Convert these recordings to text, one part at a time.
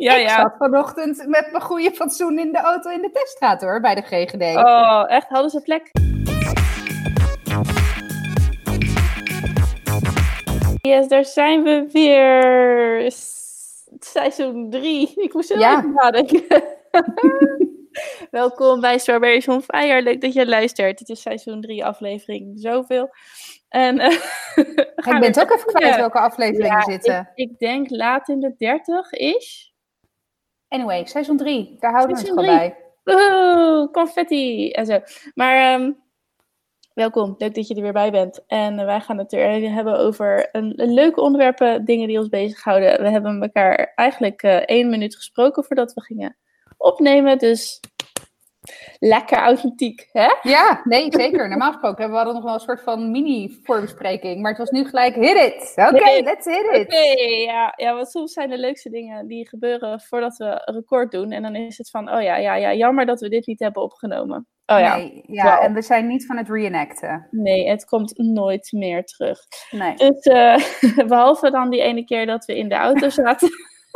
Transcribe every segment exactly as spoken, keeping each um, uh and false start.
Ja, ik ja. zat vanochtend met mijn goede fatsoen in de auto in de teststraat hoor, bij de G G D. Oh, echt? Hadden ze plek? Yes, daar zijn we weer. S- Seizoen drie. Ik moest er Ja. even nadenken. Welkom bij Strawberries on Fire. Leuk dat je luistert. Het is seizoen drie, aflevering zoveel. En, uh, Ik ben het ook even kwijt welke afleveringen ja, zitten. Ik, ik denk laat in de dertig is. Anyway, seizoen drie, daar houden Seizoen we het gewoon bij. Woehoe, confetti en zo. Maar um, welkom, leuk dat je er weer bij bent. En uh, wij gaan het er hebben over een, een leuke onderwerpen, dingen die ons bezighouden. We hebben elkaar eigenlijk uh, één minuut gesproken voordat we gingen opnemen, dus lekker authentiek, hè? Ja, nee, zeker. Normaal gesproken hebben we hadden nog wel een soort van mini-voorbespreking, maar het was nu gelijk hit it. Oké, okay, nee, let's hit it. Oké, okay, ja, ja, want soms zijn de leukste dingen die gebeuren voordat we een record doen. En dan is het van, oh ja, ja, ja, jammer dat we dit niet hebben opgenomen. Oh ja. Nee, ja, en we zijn niet van het reenacten. Nee, het komt nooit meer terug. Nee. Dus uh, behalve dan die ene keer dat we in de auto zaten.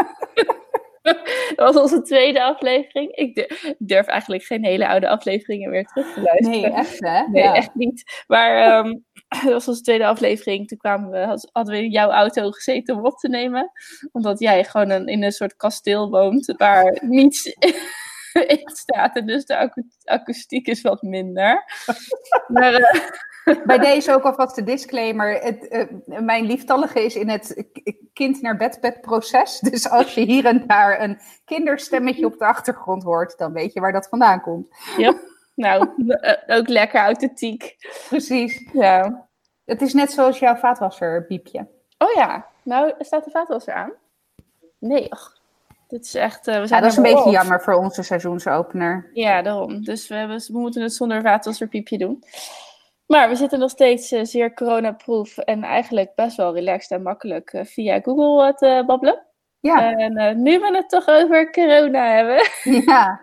Dat was onze tweede aflevering. Ik durf, durf eigenlijk geen hele oude afleveringen meer terug te luisteren. Nee, echt hè? Nee, ja. echt niet. Maar um, dat was onze tweede aflevering. Toen kwamen we, hadden we in jouw auto gezeten om op te nemen. Omdat jij gewoon een, in een soort kasteel woont waar niets in staat. En dus de aku- akoestiek is wat minder. Maar... Uh, Bij deze ook alvast de disclaimer. Het, uh, mijn lieftallige is in het kind naar bed bed proces. Dus als je hier en daar een kinderstemmetje op de achtergrond hoort, dan weet je waar dat vandaan komt. Ja, nou, uh, ook lekker authentiek. Precies. Ja. Het is net zoals jouw vaatwasser piepje. Oh ja, nou staat de vaatwasser aan? Nee, ach. Dit is echt... Uh, we zijn ja, dat is een beetje op. jammer voor onze seizoensopener. Ja, daarom. Dus we, hebben, we moeten het zonder vaatwasserpiepje doen. Maar we zitten nog steeds uh, zeer coronaproof en eigenlijk best wel relaxed en makkelijk uh, via Google uh, te babbelen. Ja. En uh, nu we het toch over corona hebben. Ja.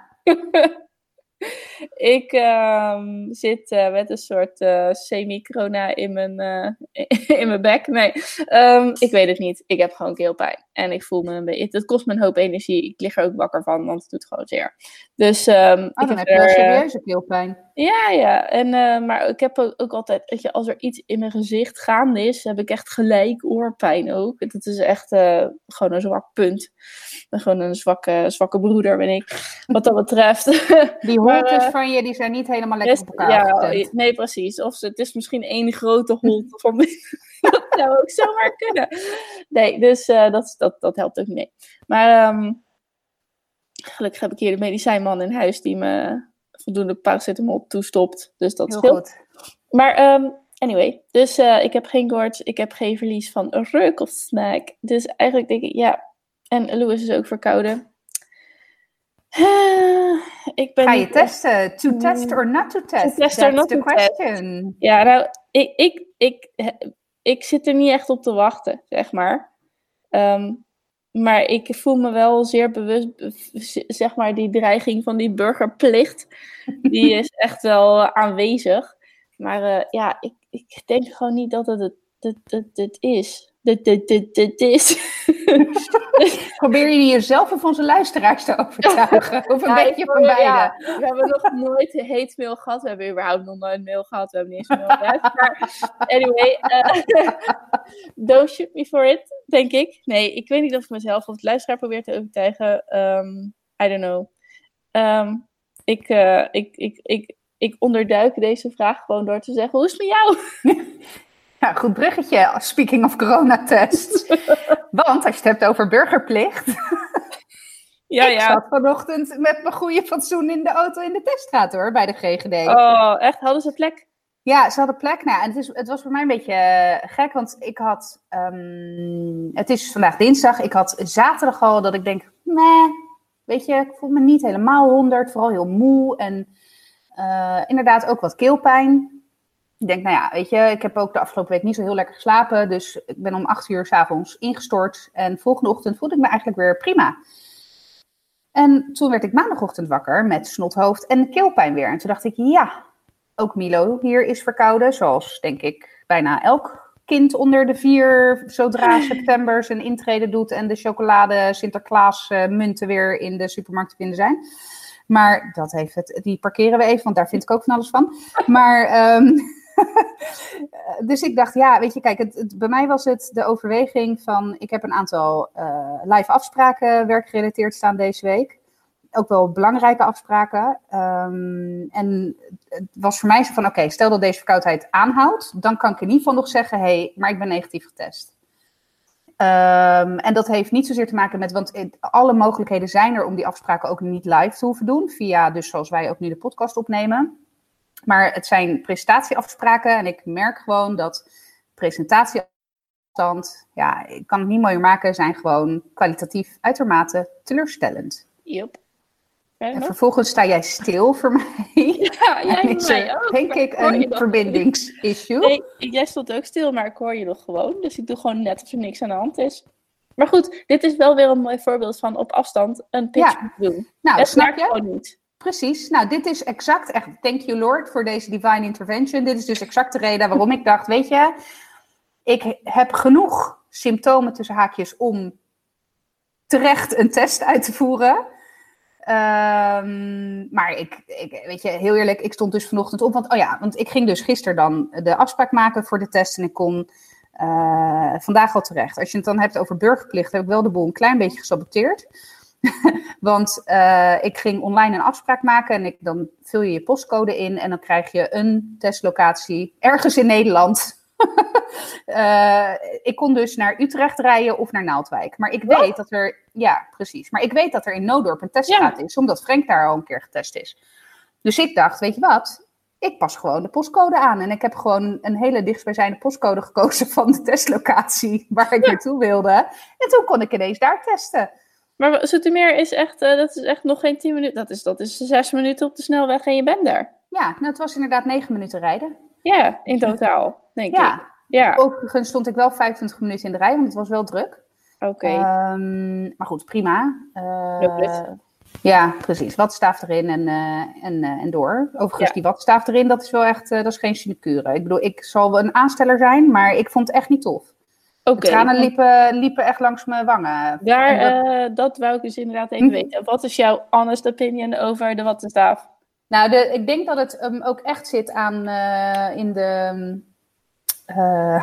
Ik uh, zit uh, met een soort uh, semi-corona in mijn, uh, in mijn bek. Nee, um, ik weet het niet. Ik heb gewoon keelpijn. En ik voel me een beetje... Het kost me een hoop energie. Ik lig er ook wakker van, want het doet gewoon zeer. Dus, um, oh, ik dan heb, heb je wel er, serieuze keelpijn. Ja, ja. En, uh, maar ik heb ook, ook altijd... Weet je, als er iets in mijn gezicht gaande is, heb ik echt gelijk oorpijn ook. Dat is echt uh, gewoon een zwak punt. Ik ben gewoon een zwakke, zwakke broeder, ben ik. Wat dat betreft. Die holtes uh, van je, die zijn niet helemaal lekker op elkaar ja, afgestemd. Nee, precies. Of het is misschien één grote holte van me. Dat zou ook zomaar kunnen. Nee, dus uh, dat, dat, dat helpt ook niet mee. Maar um, gelukkig heb ik hier de medicijnman in huis die me voldoende paracetamol toestopt. Dus dat heel scheelt. Goed. Maar um, anyway, dus uh, ik heb geen koorts, ik heb geen verlies van een reuk of smaak. Dus eigenlijk denk ik, ja. En Louis is ook verkouden. Uh, ik ben Ga je niet... testen? To test or not to test? To test That's or not the to question. Test. Ja, nou, ik, ik, ik, ik zit er niet echt op te wachten, zeg maar. Um, maar ik voel me wel zeer bewust, zeg maar, die dreiging van die burgerplicht, die is echt wel aanwezig. Maar uh, ja, ik, ik denk gewoon niet dat het het, het, het, het is. Dit, dit, dit, dit is. Probeer je jezelf of onze luisteraars te overtuigen? Of een ja, beetje van beide? Ja, we hebben nog nooit hate mail gehad. We hebben überhaupt nog nooit mail gehad. We hebben niet eens mail gehad. Maar anyway, uh, don't shoot me for it, denk ik. Nee, ik weet niet of ik mezelf of de luisteraar probeer te overtuigen. Um, I don't know. Um, ik, uh, ik, ik, ik, ik onderduik deze vraag gewoon door te zeggen, hoe is het met jou? Ja, goed bruggetje, speaking of coronatests. Want als je het hebt over burgerplicht. Ja, ik ja. zat vanochtend met mijn goede fatsoen in de auto in de teststraat hoor, bij de G G D. Oh, echt? Hadden ze plek? Ja, ze hadden plek. Nou, en het, is, het was voor mij een beetje gek, want ik had... Um, het is vandaag dinsdag. Ik had zaterdag al dat ik denk, meh, weet je, ik voel me niet helemaal honderd. Vooral heel moe en uh, inderdaad ook wat keelpijn. Ik denk, nou ja, weet je, ik heb ook de afgelopen week niet zo heel lekker geslapen. Dus ik ben om acht uur 's avonds ingestort. En volgende ochtend voelde ik me eigenlijk weer prima. En toen werd ik maandagochtend wakker met snothoofd en keelpijn weer. En toen dacht ik, ja, ook Milo hier is verkouden. Zoals, denk ik, bijna elk kind onder de vier zodra september zijn intrede doet en de chocolade Sinterklaas uh, munten weer in de supermarkt te vinden zijn. Maar dat heeft het, die parkeren we even, want daar vind ik ook van alles van. Maar, um, dus ik dacht, ja, weet je, kijk, het, het, bij mij was het de overweging van, ik heb een aantal uh, live afspraken werkgerelateerd staan deze week. Ook wel belangrijke afspraken. Um, en het was voor mij zo van, oké, okay, stel dat deze verkoudheid aanhoudt, dan kan ik in ieder geval nog zeggen, hé, hey, maar ik ben negatief getest. Um, en dat heeft niet zozeer te maken met, want het, alle mogelijkheden zijn er om die afspraken ook niet live te hoeven doen, via dus zoals wij ook nu de podcast opnemen. Maar het zijn presentatieafspraken en ik merk gewoon dat presentatieafstand, ja, ik kan het niet mooier maken, zijn gewoon kwalitatief uitermate teleurstellend. Yep. En vervolgens sta jij stil voor mij. Ja, jij en is er, ook. denk ik, een verbindingsissue. Nee, jij stond ook stil, maar ik hoor je nog gewoon. Dus ik doe gewoon net of er niks aan de hand is. Maar goed, dit is wel weer een mooi voorbeeld van op afstand een pitch ja. doen. Nou, dat snap je? Gewoon niet. Precies. Nou, dit is exact, echt, thank you Lord voor deze divine intervention. Dit is dus exact de reden waarom ik dacht, weet je, ik heb genoeg symptomen tussen haakjes om terecht een test uit te voeren. Um, maar ik, ik, weet je, heel eerlijk, ik stond dus vanochtend op, want, oh ja, want ik ging dus gisteren dan de afspraak maken voor de test en ik kon uh, vandaag al terecht. Als je het dan hebt over burgerplicht, heb ik wel de boel een klein beetje gesaboteerd. Want uh, ik ging online een afspraak maken en ik, dan vul je je postcode in en dan krijg je een testlocatie ergens in Nederland. uh, ik kon dus naar Utrecht rijden of naar Naaldwijk. Maar ik weet Wat? dat er, ja precies, maar ik weet dat er in Noodorp een teststraat ja. is, omdat Frank daar al een keer getest is. Dus ik dacht, weet je wat, ik pas gewoon de postcode aan. En ik heb gewoon een hele dichtstbijzijnde postcode gekozen van de testlocatie waar ik ja. naartoe wilde. En toen kon ik ineens daar testen. Maar Zoetermeer is echt, uh, dat is echt nog geen tien minuten. Dat is, dat is zes minuten op de snelweg en je bent daar. Ja, nou, het was inderdaad negen minuten rijden. Ja, in totaal, denk ja. ik. Ja. Overigens stond ik wel vijfentwintig minuten in de rij, want het was wel druk. Oké. Okay. Um, maar goed, prima. Uh, ja, precies. Wattenstaaf erin en, uh, en, uh, en door. Overigens, ja. die wattenstaaf erin, dat is wel echt, uh, dat is geen sinecure. Ik bedoel, ik zal wel een aansteller zijn, maar ik vond het echt niet tof. Okay. De tranen liepen, liepen echt langs mijn wangen. Daar, dat... Uh, dat wou ik dus inderdaad even hm? weten. Wat is jouw honest opinion over de wattenstaaf? Nou, de, ik denk dat het um, ook echt zit aan uh, in de, uh,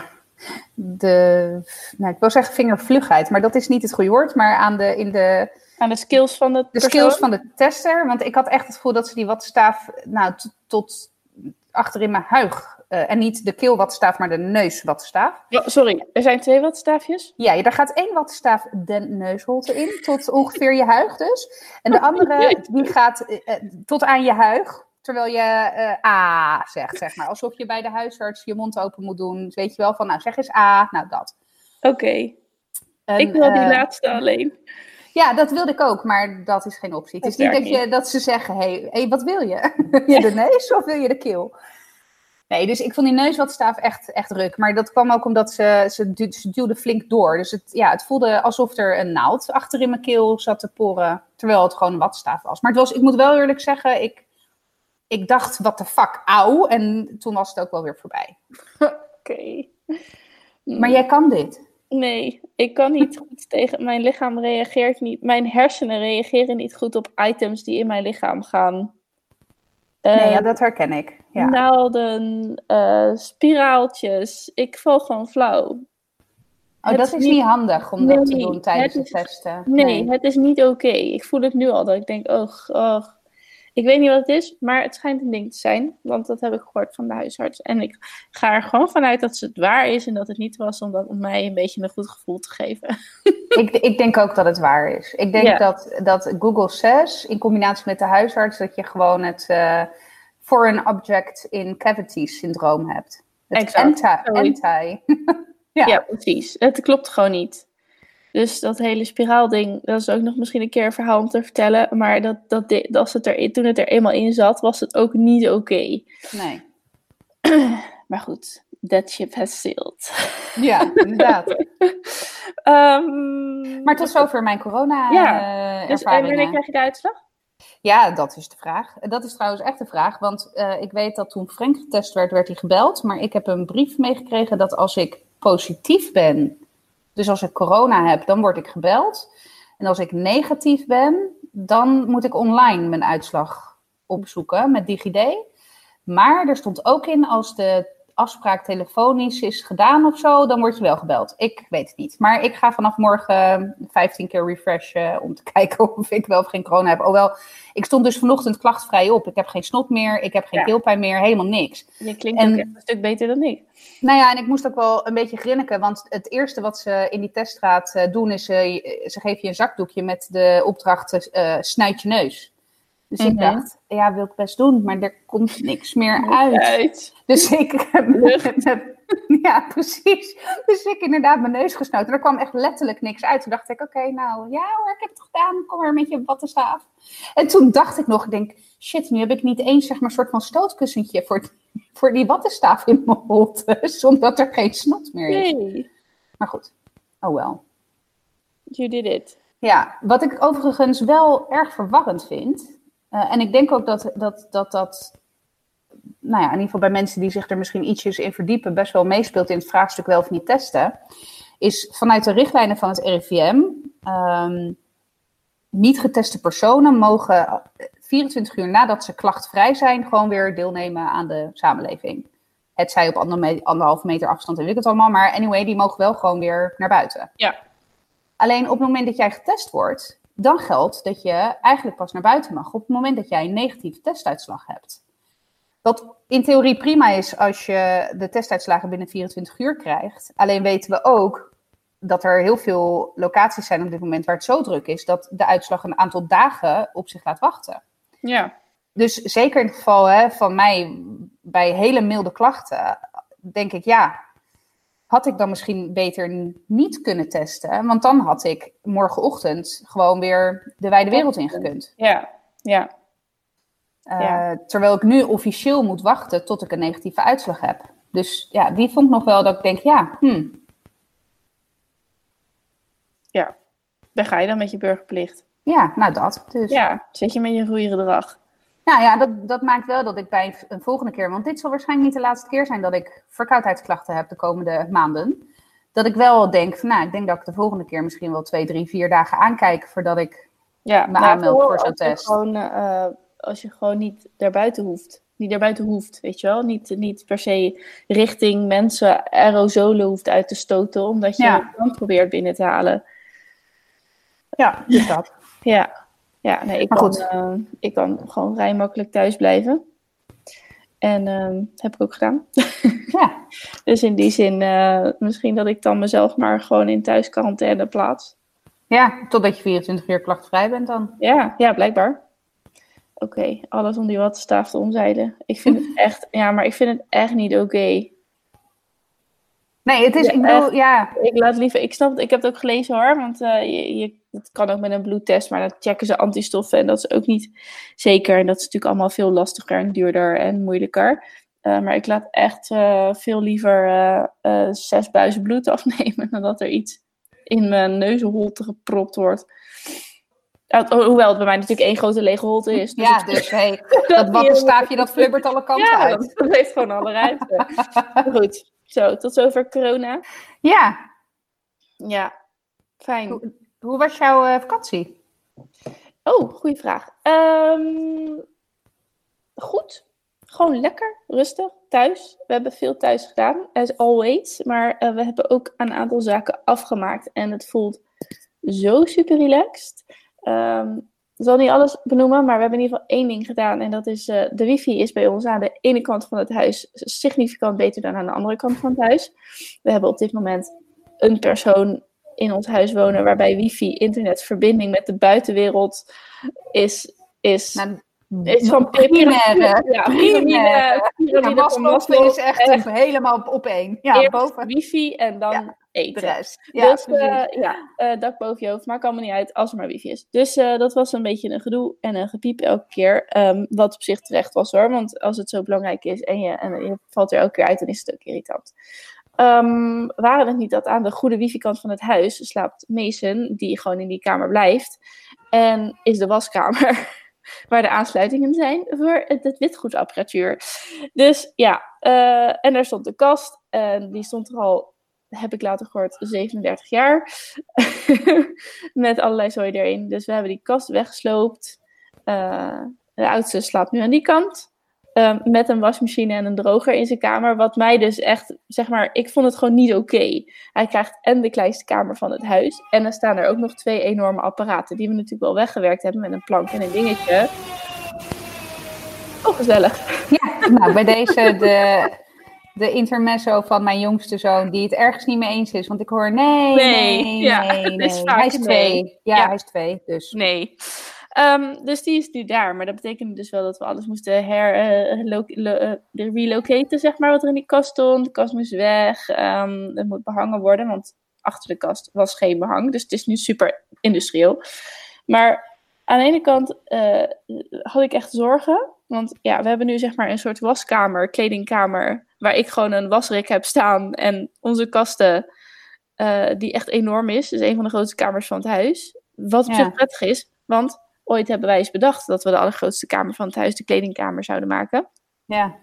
de, nou, ik wil zeggen vingervlugheid, maar dat is niet het goede woord, maar aan de, in de, aan de skills van de, de persoon? skills van de tester. Want ik had echt het gevoel dat ze die wattenstaaf, nou, t- tot achter in mijn huig. Uh, en niet de keelwattenstaaf, maar de neuswattenstaaf. Oh, sorry, er zijn twee wattenstaafjes? Ja, daar gaat één wattenstaaf de neusholte in, tot ongeveer je huig dus. En de andere, die gaat uh, tot aan je huig, terwijl je uh, A zegt, zeg maar. Alsof je bij de huisarts je mond open moet doen. Dus weet je wel van, nou zeg eens A, nou dat. Oké, okay. ik wil uh, die laatste alleen. Ja, dat wilde ik ook, maar dat is geen optie. Het is niet dat, je, dat ze zeggen, hé, hey, hey, wat wil je? Wil je de neus of wil je de keel? Nee, dus ik vond die neuswattenstaaf echt, echt ruk. Maar dat kwam ook omdat ze, ze, du- ze duwde flink door. Dus het, ja, het voelde alsof er een naald achter in mijn keel zat te poren. Terwijl het gewoon een wattenstaaf was. Maar het was, ik moet wel eerlijk zeggen, ik, ik dacht, what the fuck, auw. En toen was het ook wel weer voorbij. Oké. Okay. Maar jij kan dit? Nee, ik kan niet goed tegen... Mijn lichaam reageert niet... Mijn hersenen reageren niet goed op items die in mijn lichaam gaan. Nee, uh, ja, dat herken ik. Ja. Naalden, uh, spiraaltjes. Ik val gewoon flauw. Oh, het dat is niet, niet handig om nee, dat te doen tijdens het, het testen. Nee, nee, het is niet oké. Okay. Ik voel het nu al dat ik denk, oh, oh. Ik weet niet wat het is, maar het schijnt een ding te zijn. Want dat heb ik gehoord van de huisarts. En ik ga er gewoon vanuit dat het waar is en dat het niet was om, dat, om mij een beetje een goed gevoel te geven. ik, ik denk ook dat het waar is. Ik denk ja. dat, dat Google says, in combinatie met de huisarts, dat je gewoon het uh, foreign object in cavities syndroom hebt. Het anti. anti. ja. ja, precies. Het klopt gewoon niet. Dus dat hele spiraalding, dat is ook nog misschien een keer een verhaal om te vertellen. Maar dat, dat, als het er, toen het er eenmaal in zat, was het ook niet oké. Okay. Nee. Maar goed, that ship has sailed. Ja, inderdaad. um, maar tot zover mijn corona-ervaringen. Ja, dus wanneer krijg je de uitslag? Ja, dat is de vraag. Dat is trouwens echt de vraag. Want uh, ik weet dat toen Frank getest werd, werd hij gebeld. Maar ik heb een brief meegekregen dat als ik positief ben, dus als ik corona heb, dan word ik gebeld. En als ik negatief ben, dan moet ik online mijn uitslag opzoeken met DigiD. Maar er stond ook in, als de afspraak telefonisch is gedaan of zo, dan word je wel gebeld. Ik weet het niet. Maar ik ga vanaf morgen vijftien keer refreshen om te kijken of ik wel of geen corona heb. Hoewel, ik stond dus vanochtend klachtvrij op. Ik heb geen snot meer, ik heb geen ja. keelpijn meer, helemaal niks. Je klinkt en, ook echt een stuk beter dan ik. Nou ja, en ik moest ook wel een beetje grinniken, want het eerste wat ze in die teststraat uh, doen is, uh, ze geven je een zakdoekje met de opdracht, uh, snuit je neus. Dus mm-hmm. ik dacht, ja, wil ik best doen, maar er komt niks meer uit. uit. Dus ik, ja, precies. Dus ik inderdaad mijn neus gesnoten. Er kwam echt letterlijk niks uit. Toen dacht ik, oké, okay, nou, ja hoor, ik heb het gedaan. Kom maar met je wattenstaaf. En toen dacht ik nog, ik denk, shit, nu heb ik niet eens, zeg maar, een soort van stootkussentje voor, voor die wattenstaaf in mijn holte. Omdat er geen snot meer is. Nee. Maar goed, oh well. You did it. Ja, wat ik overigens wel erg verwarrend vind. Uh, en ik denk ook dat dat, dat dat, nou ja, in ieder geval bij mensen die zich er misschien ietsjes in verdiepen, best wel meespeelt in het vraagstuk wel of niet testen, is vanuit de richtlijnen van het R I V M, um, niet geteste personen mogen vierentwintig uur nadat ze klachtvrij zijn, gewoon weer deelnemen aan de samenleving. Het zij op anderhalve meter afstand en weet ik het allemaal, maar anyway, die mogen wel gewoon weer naar buiten. Ja. Alleen op het moment dat jij getest wordt, dan geldt dat je eigenlijk pas naar buiten mag op het moment dat jij een negatieve testuitslag hebt. Wat in theorie prima is als je de testuitslagen binnen vierentwintig uur krijgt. Alleen weten we ook dat er heel veel locaties zijn op dit moment waar het zo druk is dat de uitslag een aantal dagen op zich laat wachten. Ja. Dus zeker in het geval hè, van mij bij hele milde klachten, denk ik ja, had ik dan misschien beter niet kunnen testen. Want dan had ik morgenochtend gewoon weer de wijde wereld ingekund. Ja, ja. Uh, ja. Terwijl ik nu officieel moet wachten tot ik een negatieve uitslag heb. Dus ja, die vond ik nog wel dat ik denk, ja, hmm. Ja, daar ga je dan met je burgerplicht. Ja, nou dat. Dus. Ja, zet je met je goede gedrag. Nou ja, dat, dat maakt wel dat ik bij een volgende keer, want dit zal waarschijnlijk niet de laatste keer zijn dat ik verkoudheidsklachten heb de komende maanden. Dat ik wel denk, van, nou, ik denk dat ik de volgende keer misschien wel twee, drie, vier dagen aankijk voordat ik ja, me nou, aanmeld voor zo'n test. Gewoon, uh, als je gewoon niet daarbuiten hoeft. Niet daarbuiten hoeft, weet je wel. Niet, niet per se richting mensen aerosolen hoeft uit te stoten, omdat je ja. het probeert binnen te halen. Ja, dus dat. Ja. Ja, nee, ik kan, uh, ik kan gewoon vrij makkelijk thuis blijven. En uh, heb ik ook gedaan. Ja. Dus in die zin, uh, misschien dat ik dan mezelf maar gewoon in thuisquarantaine plaats. Ja, totdat je vierentwintig uur klachtvrij bent dan. Ja, ja blijkbaar. Oké, okay, alles om die wattenstaaf te omzeilen. Ik vind het echt, ja, maar ik vind het echt niet oké. Okay. Nee, het is, ja, ik bedoel, echt, ja. Ik laat liever, ik snap het, ik heb het ook gelezen hoor, want uh, je, je, het kan ook met een bloedtest, maar dan checken ze antistoffen en dat is ook niet zeker. En dat is natuurlijk allemaal veel lastiger en duurder en moeilijker. Uh, maar ik laat echt uh, veel liever uh, uh, zes buizen bloed afnemen dan dat er iets in mijn neuzenholte gepropt wordt. Uh, hoewel het bij mij natuurlijk één grote lege holte is. Dus ja, dus hey, dat wattenstaafje dat flubbert alle kanten ja, uit. Dat, dat heeft gewoon alle ruimte. Goed. Zo, tot zover corona. Ja. Ja, fijn. Hoe, hoe was jouw uh, vakantie? Oh, goede vraag. Um, goed. Gewoon lekker, rustig, thuis. We hebben veel thuis gedaan, as always. Maar uh, we hebben ook een aantal zaken afgemaakt. En het voelt zo super relaxed. Um, ik zal niet alles benoemen, maar we hebben in ieder geval één ding gedaan. En dat is, uh, de wifi is bij ons aan de ene kant van het huis significant beter dan aan de andere kant van het huis. We hebben op dit moment een persoon in ons huis wonen waarbij wifi, internetverbinding met de buitenwereld is, is, nou, is van primaire. Ja, primaire. Ja, Maslow is echt, echt helemaal op, op één. Ja, eerst boven. wifi en dan... Ja. Eten. De rest. Ja, dus uh, ja, uh, dak boven je hoofd, maakt allemaal niet uit als er maar wifi is. Dus uh, dat was een beetje een gedoe en een gepiep elke keer. Um, wat op zich terecht was hoor, want als het zo belangrijk is en je, en je valt er elke keer uit, dan is het ook irritant. Um, waren het niet dat aan de goede wifi-kant van het huis slaapt Mason, die gewoon in die kamer blijft. En is de waskamer waar de aansluitingen zijn voor het, het witgoedapparatuur. Dus ja, uh, en daar stond de kast en die stond er al heb ik later gehoord, zevenendertig jaar. Met allerlei zooi erin. Dus we hebben die kast weggesloopt. Uh, de oudste slaapt nu aan die kant. Um, met een wasmachine en een droger in zijn kamer. Wat mij dus echt, zeg maar, ik vond het gewoon niet oké. Okay. Hij krijgt en de kleinste kamer van het huis. En dan staan er ook nog twee enorme apparaten. Die we natuurlijk wel weggewerkt hebben met een plank en een dingetje. Oh, gezellig. Ja, nou, bij deze de, de intermezzo van mijn jongste zoon, die het ergens niet mee eens is. Want ik hoor, nee, nee, nee, ja, nee. Is Hij is twee. Nee. Ja, ja, hij is twee, dus. Nee. Um, dus die is nu daar. Maar dat betekende dus wel dat we alles moesten her, uh, lo- lo- uh, relocaten, zeg maar, wat er in die kast stond. De kast moest weg. Um, het moet behangen worden, want achter de kast was geen behang. Dus het is nu super industrieel. Maar aan de ene kant uh, had ik echt zorgen. Want ja, we hebben nu zeg maar een soort waskamer, kledingkamer, waar ik gewoon een wasrek heb staan. En onze kasten, uh, die echt enorm is. Dus een van de grootste kamers van het huis. Wat op Ja. zich prettig is, want ooit hebben wij eens bedacht dat we de allergrootste kamer van het huis de kledingkamer zouden maken. Ja.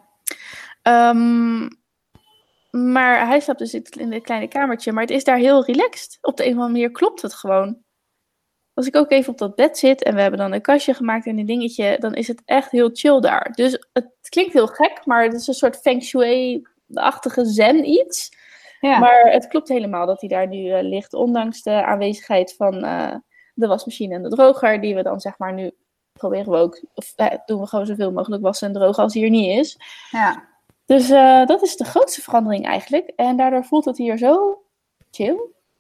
Um, maar hij slaapt dus in dit kleine kamertje. Maar het is daar heel relaxed. Op de een of andere manier klopt het gewoon. Als ik ook even op dat bed zit en we hebben dan een kastje gemaakt en een dingetje, dan is het echt heel chill daar. Dus het klinkt heel gek, maar het is een soort feng shui-achtige zen iets. Ja. Maar het klopt helemaal dat hij daar nu uh, ligt, ondanks de aanwezigheid van uh, de wasmachine en de droger, die we dan zeg maar nu proberen we ook, of uh, doen we gewoon zoveel mogelijk wassen en drogen als hij er niet is. Ja. Dus uh, dat is de grootste verandering eigenlijk. En daardoor voelt het hier zo chill.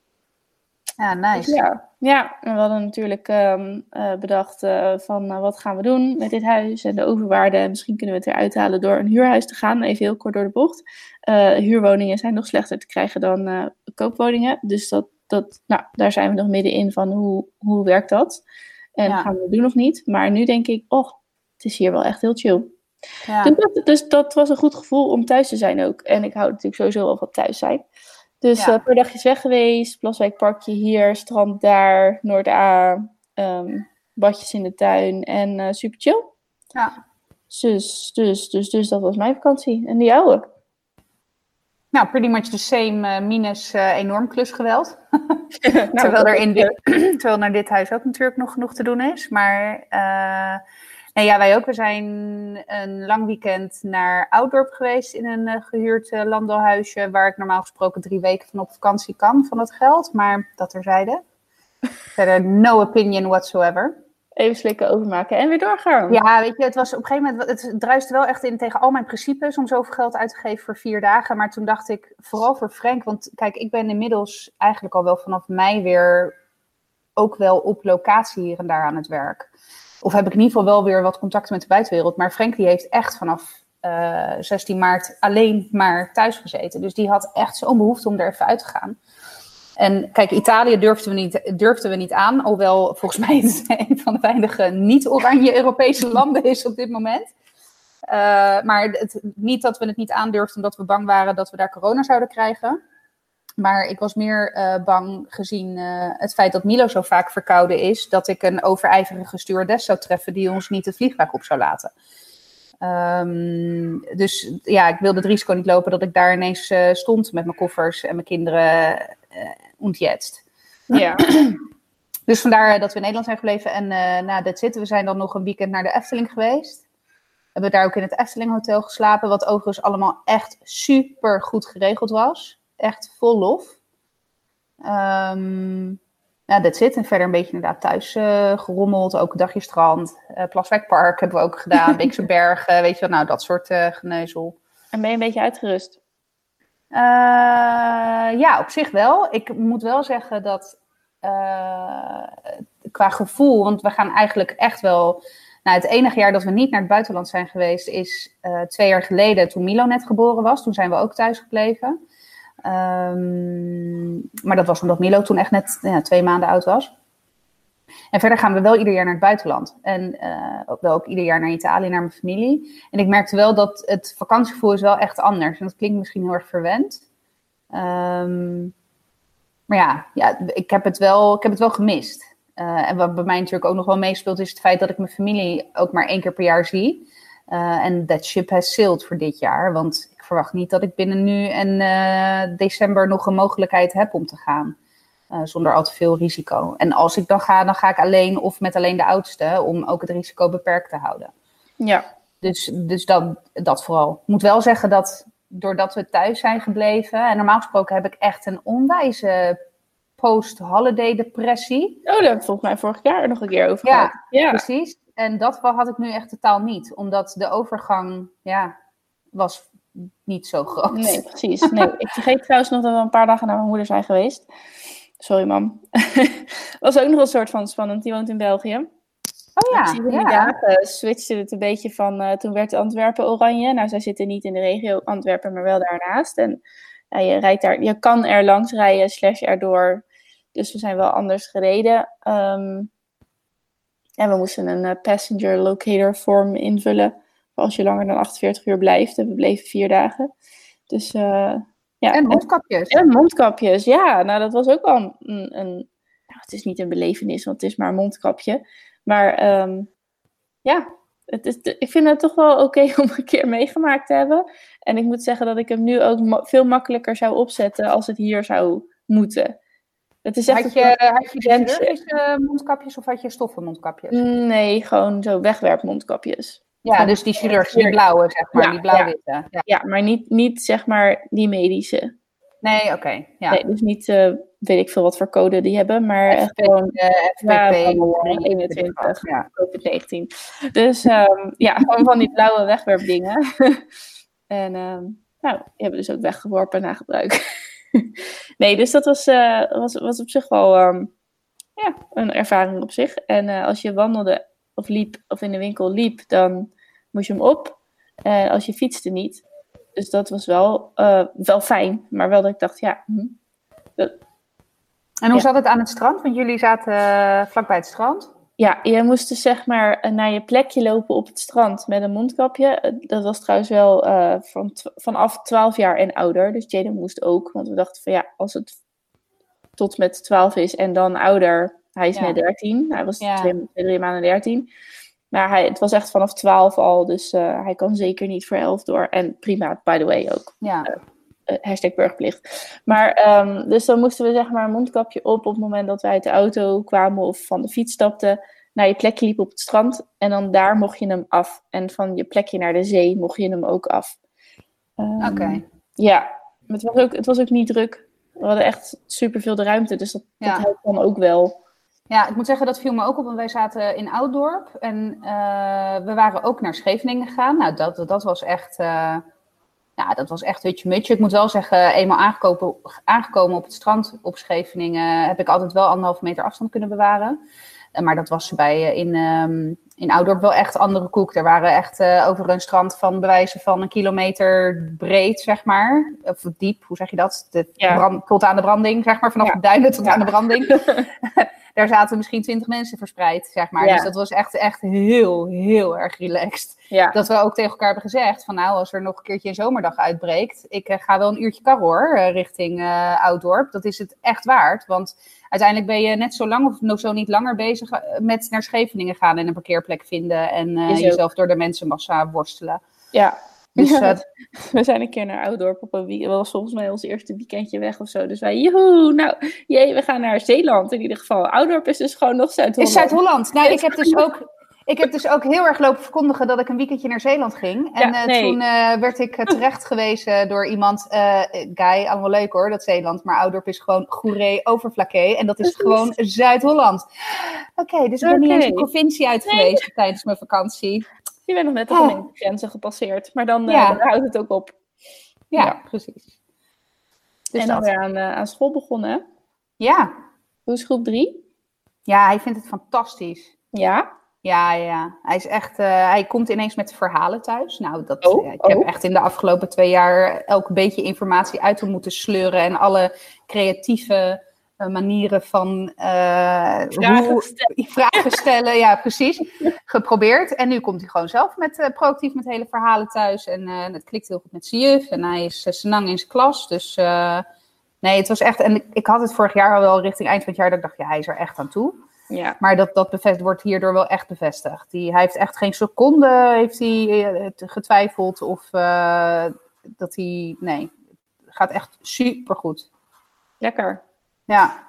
Ja, nice. Dus ja. ja, en we hadden natuurlijk um, uh, bedacht uh, van uh, wat gaan we doen met dit huis en de overwaarde. En misschien kunnen we het eruit halen door een huurhuis te gaan. Even heel kort door de bocht. Uh, huurwoningen zijn nog slechter te krijgen dan uh, koopwoningen. Dus dat, dat, nou, daar zijn we nog middenin van hoe, hoe werkt dat. En ja. gaan we doen nog niet. Maar nu denk ik, oh, het is hier wel echt heel chill. Ja. Dus, dat, dus dat was een goed gevoel om thuis te zijn ook. En ik hou natuurlijk sowieso wel van thuis zijn. Dus ja. uh, per dagjes weg geweest, Plaswijkparkje hier, strand daar, Noord-A, um, badjes in de tuin en uh, super chill. Ja. Dus, dus, dus, dus dat was mijn vakantie. En die jouwe? Nou, pretty much the same, uh, minus uh, enorm klusgeweld. nou, terwijl, er in dit, terwijl naar dit huis ook natuurlijk nog genoeg te doen is. Maar uh, nee, ja, wij ook. We zijn een lang weekend naar Ouddorp geweest in een uh, gehuurd uh, landbouwhuisje, waar ik normaal gesproken drie weken van op vakantie kan van dat geld. Maar dat terzijde. Verder no opinion whatsoever. Even slikken, overmaken en weer doorgaan. Ja, weet je, het was op een gegeven moment, het druiste wel echt in tegen al mijn principes om zoveel geld uit te geven voor vier dagen. Maar toen dacht ik, vooral voor Frank, want kijk, ik ben inmiddels eigenlijk al wel vanaf mei weer ook wel op locatie hier en daar aan het werk. Of heb ik in ieder geval wel weer wat contacten met de buitenwereld. Maar Frank die heeft echt vanaf uh, zestien maart alleen maar thuis gezeten. Dus die had echt zo'n behoefte om er even uit te gaan. En kijk, Italië durfden we niet, durfden we niet aan. Hoewel volgens mij het een van de weinige niet-oranje Europese landen is op dit moment. Uh, maar het, niet dat we het niet aandurfden omdat we bang waren dat we daar corona zouden krijgen. Maar ik was meer uh, bang gezien uh, het feit dat Milo zo vaak verkouden is, dat ik een overijverige stewardess zou treffen die ons niet het vliegtuig op zou laten. Um, dus ja, ik wilde het risico niet lopen dat ik daar ineens uh, stond met mijn koffers en mijn kinderen uh, ontjetst. Ja. Dus vandaar dat we in Nederland zijn gebleven. En uh, na dat zitten, we zijn dan nog een weekend naar de Efteling geweest. Hebben daar ook in het Efteling Hotel geslapen, wat overigens allemaal echt super goed geregeld was. Echt vol lof. Um, ja, that's it. En verder een beetje inderdaad thuis uh, gerommeld. Ook een dagje strand. Uh, Plaswijkpark hebben we ook gedaan. Beekse Bergen, weet je wat. Nou, dat soort uh, geneuzel. En ben je een beetje uitgerust? Uh, ja, op zich wel. Ik moet wel zeggen dat uh, qua gevoel, want we gaan eigenlijk echt wel. Nou, het enige jaar dat we niet naar het buitenland zijn geweest is uh, twee jaar geleden toen Milo net geboren was. Toen zijn we ook thuis gebleven. Um, maar dat was omdat Milo toen echt net ja, twee maanden oud was. En verder gaan we wel ieder jaar naar het buitenland. En uh, ook wel ook ieder jaar naar Italië, naar mijn familie. En ik merkte wel dat het vakantiegevoel is wel echt anders. En dat klinkt misschien heel erg verwend. Um, maar ja, ja ik, heb het wel, ik heb het wel gemist. Uh, en wat bij mij natuurlijk ook nog wel meespeelt is het feit dat ik mijn familie ook maar één keer per jaar zie. Uh, en that ship has sailed voor dit jaar. Want ik verwacht niet dat ik binnen nu en uh, december nog een mogelijkheid heb om te gaan. Uh, zonder al te veel risico. En als ik dan ga, dan ga ik alleen of met alleen de oudste. Om ook het risico beperkt te houden. Ja. Dus, dus dat, dat vooral. Ik moet wel zeggen dat doordat we thuis zijn gebleven. En normaal gesproken heb ik echt een onwijze post-holiday depressie. Oh, daar heb ik volgens mij vorig jaar nog een keer over ja, gehad. Ja, precies. En dat had ik nu echt totaal niet. Omdat de overgang, ja, was niet zo groot. Nee, precies. Nee. Ik vergeet trouwens nog dat we een paar dagen naar mijn moeder zijn geweest. Sorry, mam. Was ook nog een soort van spannend. Die woont in België. Oh ja, dus die ja. dagen switchte het een beetje van... Uh, toen werd Antwerpen oranje. Nou, zij zitten niet in de regio Antwerpen, maar wel daarnaast. En ja, je, rijdt daar, je kan er langs rijden, slash erdoor. Dus we zijn wel anders gereden. Um, en we moesten een uh, passenger locator form invullen. Voor als je langer dan achtenveertig uur blijft. En we bleven vier dagen. Dus... Uh, Ja, en mondkapjes. En mondkapjes, ja. Nou, dat was ook wel een... een nou, het is niet een belevenis, want het is maar een mondkapje. Maar um, ja, het is, ik vind het toch wel oké okay om een keer meegemaakt te hebben. En ik moet zeggen dat ik hem nu ook ma- veel makkelijker zou opzetten als het hier zou moeten. Het is echt had je, had je chirurgische mondkapjes of had je stoffen mondkapjes? Nee, gewoon zo wegwerpmondkapjes. Ja, van, dus die chirurgische, die blauwe, zeg maar, ja, die blauw-witte. Ja. Ja. ja, maar niet, niet, zeg maar, die medische. Nee, oké. Okay, ja. Nee, dus niet, uh, weet ik veel wat voor code die hebben, maar F P, gewoon... uh, F P P ja, eenentwintig, ja. covid negentien. Dus um, ja, gewoon van die blauwe wegwerpdingen. En um, nou, die hebben we dus ook weggeworpen na gebruik. Nee, dus dat was, uh, was, was op zich wel um, ja, een ervaring op zich. En uh, als je wandelde of liep, of in de winkel liep, dan moest je hem op. En als je fietste niet. Dus dat was wel, uh, wel fijn. Maar wel dat ik dacht, ja... Hm, dat, en hoe ja. zat het aan het strand? Want jullie zaten uh, vlakbij het strand. Ja, je moest dus zeg maar naar je plekje lopen op het strand met een mondkapje. Dat was trouwens wel uh, van t- vanaf twaalf jaar en ouder. Dus Jaden moest ook. Want we dachten van ja, als het tot met twaalf is en dan ouder. Hij is ja. net dertien. Hij was ja. twee, twee, drie maanden dertien. Maar hij, het was echt vanaf twaalf al. Dus uh, hij kan zeker niet voor elf door. En prima, by the way ook. Ja. Uh, uh, hashtag burgerplicht. Maar um, dus dan moesten we zeg maar een mondkapje op op het moment dat wij uit de auto kwamen of van de fiets stapten. Naar je plekje liep op het strand. En dan daar mocht je hem af. En van je plekje naar de zee mocht je hem ook af. Um, Oké. Okay. Ja, het was, ook, het was ook niet druk. We hadden echt superveel de ruimte. Dus dat, ja. dat helpt dan ook wel. Ja, ik moet zeggen, dat viel me ook op. Want wij zaten in Ouddorp. En uh, we waren ook naar Scheveningen gegaan. Nou, dat, dat was echt... Uh, ja, dat was echt hutje-mutje. Ik moet wel zeggen, eenmaal aangekomen, aangekomen op het strand op Scheveningen... heb ik altijd wel anderhalve meter afstand kunnen bewaren. Maar dat was bij in, um, in Ouddorp wel echt andere koek. Er waren echt uh, over een strand van bewijzen van een kilometer breed, zeg maar. Of diep, hoe zeg je dat? De ja. brand, tot aan de branding, zeg maar. Vanaf ja. de duinen tot ja. aan de branding. Daar zaten misschien twintig mensen verspreid, zeg maar. Ja. Dus dat was echt, echt heel, heel erg relaxed. Ja. Dat we ook tegen elkaar hebben gezegd van nou, als er nog een keertje een zomerdag uitbreekt. Ik uh, ga wel een uurtje karren hoor, uh, richting uh, Ouddorp. Dat is het echt waard, want... Uiteindelijk ben je net zo lang of nog zo niet langer bezig met naar Scheveningen gaan en een parkeerplek vinden en uh, jezelf door de mensenmassa worstelen. Ja, dus, ja uh, we zijn een keer naar Ouddorp op een weekend. Dat was volgens mij ons eerste weekendje weg of zo. Dus wij, joehoe, nou, jee, we gaan naar Zeeland in ieder geval. Ouddorp is dus gewoon nog Zuid-Holland. Is Zuid-Holland. Nou, ik heb dus ook... Ik heb dus ook heel erg lopen verkondigen dat ik een weekendje naar Zeeland ging. En ja, nee. uh, toen uh, werd ik uh, terecht gewezen door iemand. Uh, Guy, allemaal leuk hoor, dat Zeeland. Maar Ouddorp is gewoon Goeree Overflakkee. En dat is dat gewoon is... Zuid-Holland. Oké, okay, dus ik ben okay. niet eens een provincie uit nee. geweest tijdens mijn vakantie. Je bent nog net de gemeentegrenzen ah. gepasseerd. Maar dan, uh, ja. dan houdt het ook op. Ja, ja. precies. Dus en dan weer aan, uh, aan school begonnen. Ja. Hoe is groep drie? Ja, hij vindt het fantastisch. Ja? Ja, ja. Hij is echt, uh, hij komt ineens met verhalen thuis. Nou, dat, oh, uh, ik oh. heb echt in de afgelopen twee jaar elk beetje informatie uit hem moeten sleuren. En alle creatieve uh, manieren van uh, vragen, hoe, stellen. vragen stellen. Ja, precies. Geprobeerd. En nu komt hij gewoon zelf met, uh, proactief met hele verhalen thuis. En uh, het klikt heel goed met zijn juf. En hij is uh, senang in zijn klas. Dus uh, nee, het was echt... En ik, ik had het vorig jaar al wel richting eind van het jaar dat ik dacht, ja, hij is er echt aan toe. Ja. Maar dat, dat bevest, wordt hierdoor wel echt bevestigd. Die, hij heeft echt geen seconde heeft hij, uh, getwijfeld of uh, dat hij... Nee, het gaat echt supergoed. Lekker. Ja.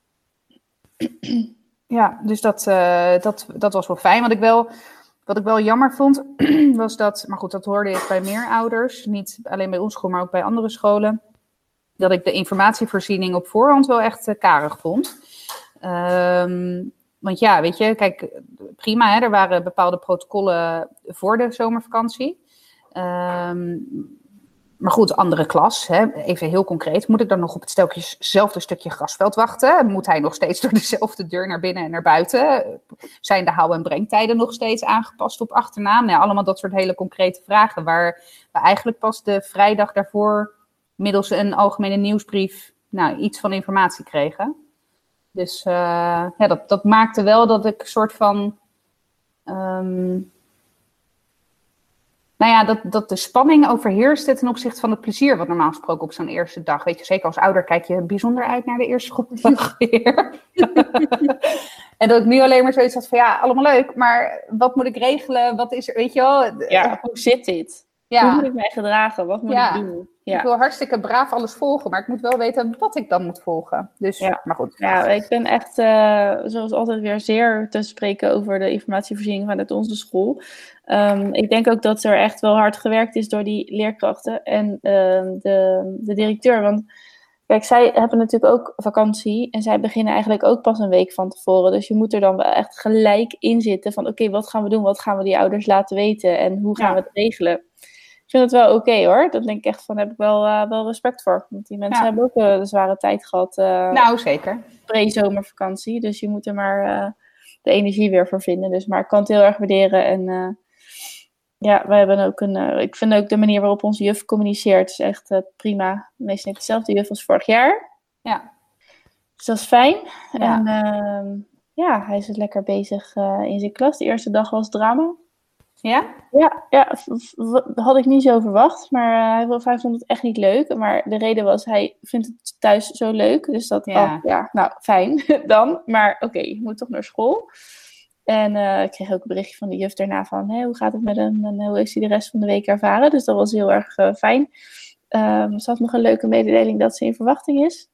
Ja, dus dat, uh, dat, dat was wel fijn. Wat ik wel, wat ik wel jammer vond, was dat... Maar goed, dat hoorde ik bij meer ouders. Niet alleen bij ons school, maar ook bij andere scholen. Dat ik de informatievoorziening op voorhand wel echt uh, karig vond. Um, want ja, weet je, kijk, prima, hè, er waren bepaalde protocollen voor de zomervakantie. Um, maar goed, andere klas, hè, even heel concreet. Moet ik dan nog op hetzelfde stukje grasveld wachten? Moet hij nog steeds door dezelfde deur naar binnen en naar buiten? Zijn de hou- en brengtijden nog steeds aangepast op achternaam? Nou, allemaal dat soort hele concrete vragen, waar we eigenlijk pas de vrijdag daarvoor middels een algemene nieuwsbrief nou, iets van informatie kregen. Dus uh, ja, dat, dat maakte wel dat ik een soort van... Um, nou ja, dat, dat de spanning overheerste ten opzichte van het plezier... wat normaal gesproken op zo'n eerste dag. Weet je, zeker als ouder kijk je bijzonder uit naar de eerste schooldag weer. En dat ik nu alleen maar zoiets had van... ja, allemaal leuk, maar wat moet ik regelen? Wat is er, weet je wel? Ja, hoe zit dit? Ja. Hoe moet ik mij gedragen? Wat moet ja. ik doen? Ja. Ik wil hartstikke braaf alles volgen, maar ik moet wel weten wat ik dan moet volgen. Dus, ja. maar goed. Ja, ik ben echt, uh, zoals altijd, weer zeer te spreken over de informatievoorziening vanuit onze school. Um, ik denk ook dat er echt wel hard gewerkt is door die leerkrachten en uh, de, de directeur. Want kijk, zij hebben natuurlijk ook vakantie en zij beginnen eigenlijk ook pas een week van tevoren. Dus je moet er dan wel echt gelijk in zitten van oké, okay, wat gaan we doen? Wat gaan we die ouders laten weten? En hoe gaan ja. we het regelen? Ik vind het wel oké okay, hoor. Dat denk ik echt van, heb ik wel, uh, wel respect voor. Want die mensen ja. hebben ook uh, een zware tijd gehad. Uh, nou, zeker. Pre-zomervakantie. Dus je moet er maar uh, de energie weer voor vinden. Dus, maar ik kan het heel erg waarderen. En uh, ja, wij hebben ook een... Uh, ik vind ook de manier waarop onze juf communiceert is echt uh, prima. Meestal heeft dezelfde juf als vorig jaar. Ja. Dus dat is fijn. Ja. En uh, ja, hij is lekker bezig uh, in zijn klas. De eerste dag was drama. Ja? Ja, ja, dat had ik niet zo verwacht. Maar uh, hij vond het echt niet leuk. Maar de reden was, hij vindt het thuis zo leuk. Dus dat, ja, oh, ja nou, fijn dan. Maar oké, okay, je moet toch naar school. En uh, ik kreeg ook een berichtje van de juf daarna van... Hey, hoe gaat het met hem en hoe heeft hij de rest van de week ervaren? Dus dat was heel erg uh, fijn. Um, ze had nog een leuke mededeling dat ze in verwachting is.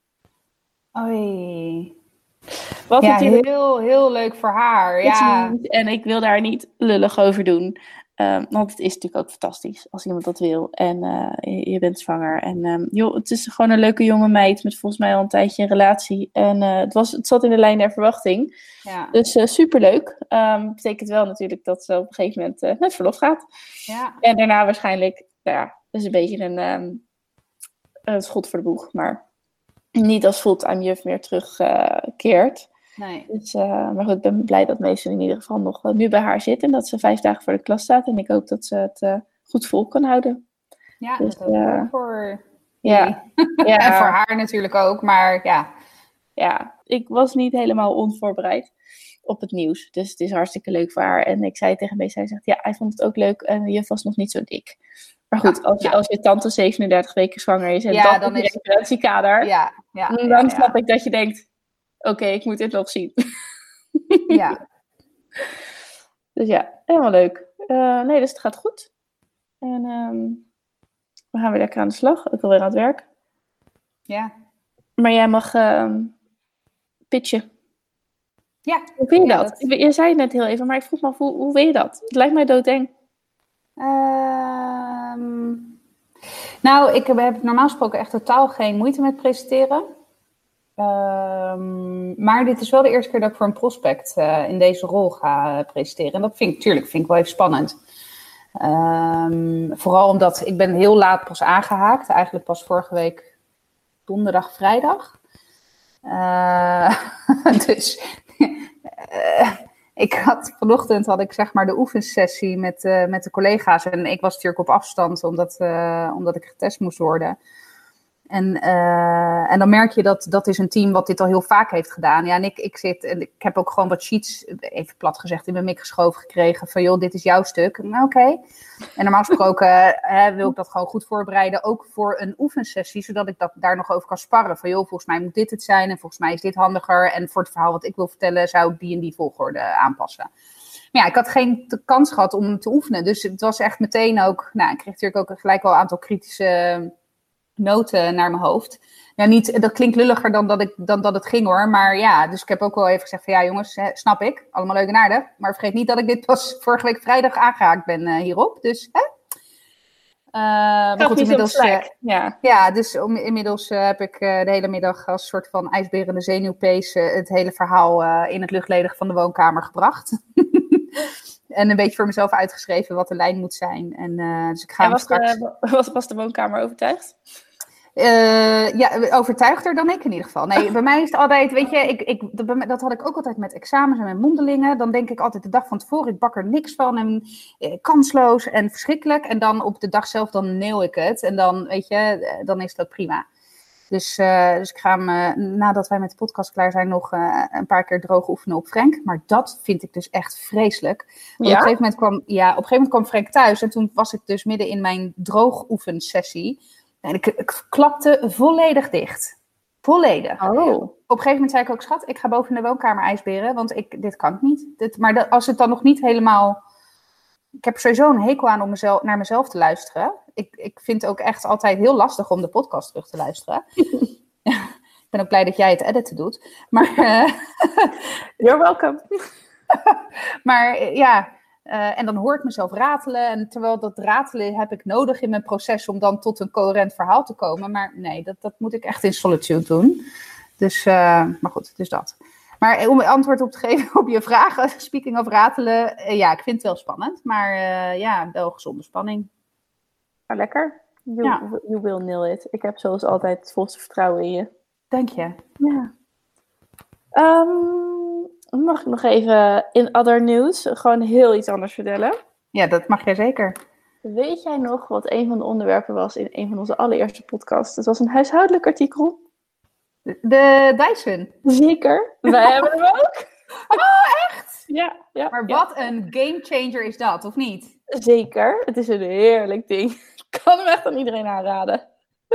Oei... Wat ja, natuurlijk... heel, heel leuk voor haar. Ja. En ik wil daar niet lullig over doen. Um, want het is natuurlijk ook fantastisch als iemand dat wil. En uh, je, je bent zwanger. En um, joh, het is gewoon een leuke jonge meid met volgens mij al een tijdje een relatie. En uh, het, was, het zat in de lijn der verwachting. Ja. Dus uh, superleuk. Um, betekent wel natuurlijk dat ze op een gegeven moment uh, met verlof gaat. Ja. En daarna waarschijnlijk, nou ja, dat is een beetje een, um, een schot voor de boeg. Maar niet als fulltime juf meer terugkeert. Uh, Nee. Dus, uh, maar goed, ik ben blij dat Meester in ieder geval nog uh, nu bij haar zit. En dat ze vijf dagen voor de klas staat. En ik hoop dat ze het uh, goed vol kan houden. Ja, dus, dat uh, ook voor ja. ja. En voor haar natuurlijk ook, maar ja. Ja, ik was niet helemaal onvoorbereid op het nieuws. Dus het is hartstikke leuk voor haar. En ik zei tegen Meester, hij zegt, ja, hij vond het ook leuk. En je was nog niet zo dik. Maar goed, ja, als, je, ja. als je tante zevenendertig weken zwanger is en ja, dat in de referentiekader, ja, ja, dan ja, snap ja. ik dat je denkt, oké, okay, ik moet dit nog zien. Ja. Dus ja, helemaal leuk. Uh, nee, dus het gaat goed. En um, we gaan weer lekker aan de slag. Ik wil weer aan het werk. Ja. Maar jij mag uh, pitchen. Ja. Hoe vind je ja, dat? dat? Je zei het net heel even, maar ik vroeg me af, hoe, hoe weet je dat? Het lijkt mij doodeng. Um, nou, ik heb, heb normaal gesproken echt totaal geen moeite met presenteren. Um, maar dit is wel de eerste keer dat ik voor een prospect uh, in deze rol ga uh, presenteren. En dat vind ik, tuurlijk, vind ik wel even spannend. Um, vooral omdat ik ben heel laat pas aangehaakt. Eigenlijk pas vorige week donderdag, vrijdag. Uh, dus uh, ik had vanochtend had ik zeg maar de oefensessie met, uh, met de collega's. En ik was natuurlijk op afstand omdat, uh, omdat ik getest moest worden. En, uh, en dan merk je dat dat is een team wat dit al heel vaak heeft gedaan. Ja, en ik, ik zit en ik heb ook gewoon wat sheets, even plat gezegd, in mijn mik geschoven gekregen. Van joh, dit is jouw stuk. Nou, oké. Okay. En normaal gesproken hè, wil ik dat gewoon goed voorbereiden. Ook voor een oefensessie, zodat ik dat, daar nog over kan sparren. Van joh, volgens mij moet dit het zijn en volgens mij is dit handiger. En voor het verhaal wat ik wil vertellen, zou ik die en die volgorde aanpassen. Maar ja, ik had geen kans gehad om te oefenen. Dus het was echt meteen ook, nou, ik kreeg natuurlijk ook gelijk wel een aantal kritische noten naar mijn hoofd. Ja, niet, dat klinkt lulliger dan dat, ik, dan dat het ging hoor. Maar ja, dus ik heb ook wel even gezegd van ja jongens, hè, snap ik. Allemaal leuk en aardig. Maar vergeet niet dat ik dit pas vorige week vrijdag aangehaakt ben uh, hierop. Dus hè. Uh, maar goed, inmiddels, uh, ja. ja, dus om, inmiddels uh, heb ik uh, de hele middag als soort van ijsberende zenuwpees uh, het hele verhaal uh, in het luchtledig van de woonkamer gebracht. En een beetje voor mezelf uitgeschreven wat de lijn moet zijn. En, uh, dus ik ga en was, straks... de, was, was de woonkamer overtuigd? Uh, ja, overtuigder dan ik in ieder geval. Nee, bij mij is het altijd, weet je, ik, ik, dat, dat had ik ook altijd met examens en met mondelingen. Dan denk ik altijd de dag van tevoren, ik bak er niks van en eh, kansloos en verschrikkelijk. En dan op de dag zelf, dan nail ik het. En dan, weet je, dan is dat prima. Dus, uh, dus ik ga hem, uh, nadat wij met de podcast klaar zijn, nog uh, een paar keer droog oefenen op Frank. Maar dat vind ik dus echt vreselijk. Ja? Op een gegeven moment kwam, ja, op een gegeven moment kwam Frank thuis. En toen was ik dus midden in mijn droog oefensessie. En ik, ik klapte volledig dicht. Volledig. Oh. Op een gegeven moment zei ik ook, schat, ik ga boven in de woonkamer ijsberen. Want ik, dit kan ik niet. Dit, maar de, als het dan nog niet helemaal... Ik heb sowieso een hekel aan om mezelf, naar mezelf te luisteren. Ik, ik vind het ook echt altijd heel lastig om de podcast terug te luisteren. Ik ben ook blij dat jij het editen doet. Maar, uh, You're welcome. Maar ja, uh, en dan hoor ik mezelf ratelen. En terwijl dat ratelen heb ik nodig in mijn proces om dan tot een coherent verhaal te komen. Maar nee, dat, dat moet ik echt in solitude doen. Dus, uh, maar goed, dus dat. Maar om antwoord op te geven op je vragen, speaking of ratelen, uh, ja, ik vind het wel spannend. Maar uh, ja, wel gezonde spanning. Maar lekker. You, ja. you will nail it. Ik heb zoals altijd het volste vertrouwen in je. Dank je. Ja. Um, mag ik nog even in other news gewoon heel iets anders vertellen? Ja, dat mag jij zeker. Weet jij nog wat een van de onderwerpen was in een van onze allereerste podcasts? Het was een huishoudelijk artikel. De Dyson. Zeker. Wij hebben hem ook. Oh, echt? Ja. ja maar ja. wat een gamechanger is dat, of niet? Zeker. Het is een heerlijk ding. Ik kan hem echt aan iedereen aanraden.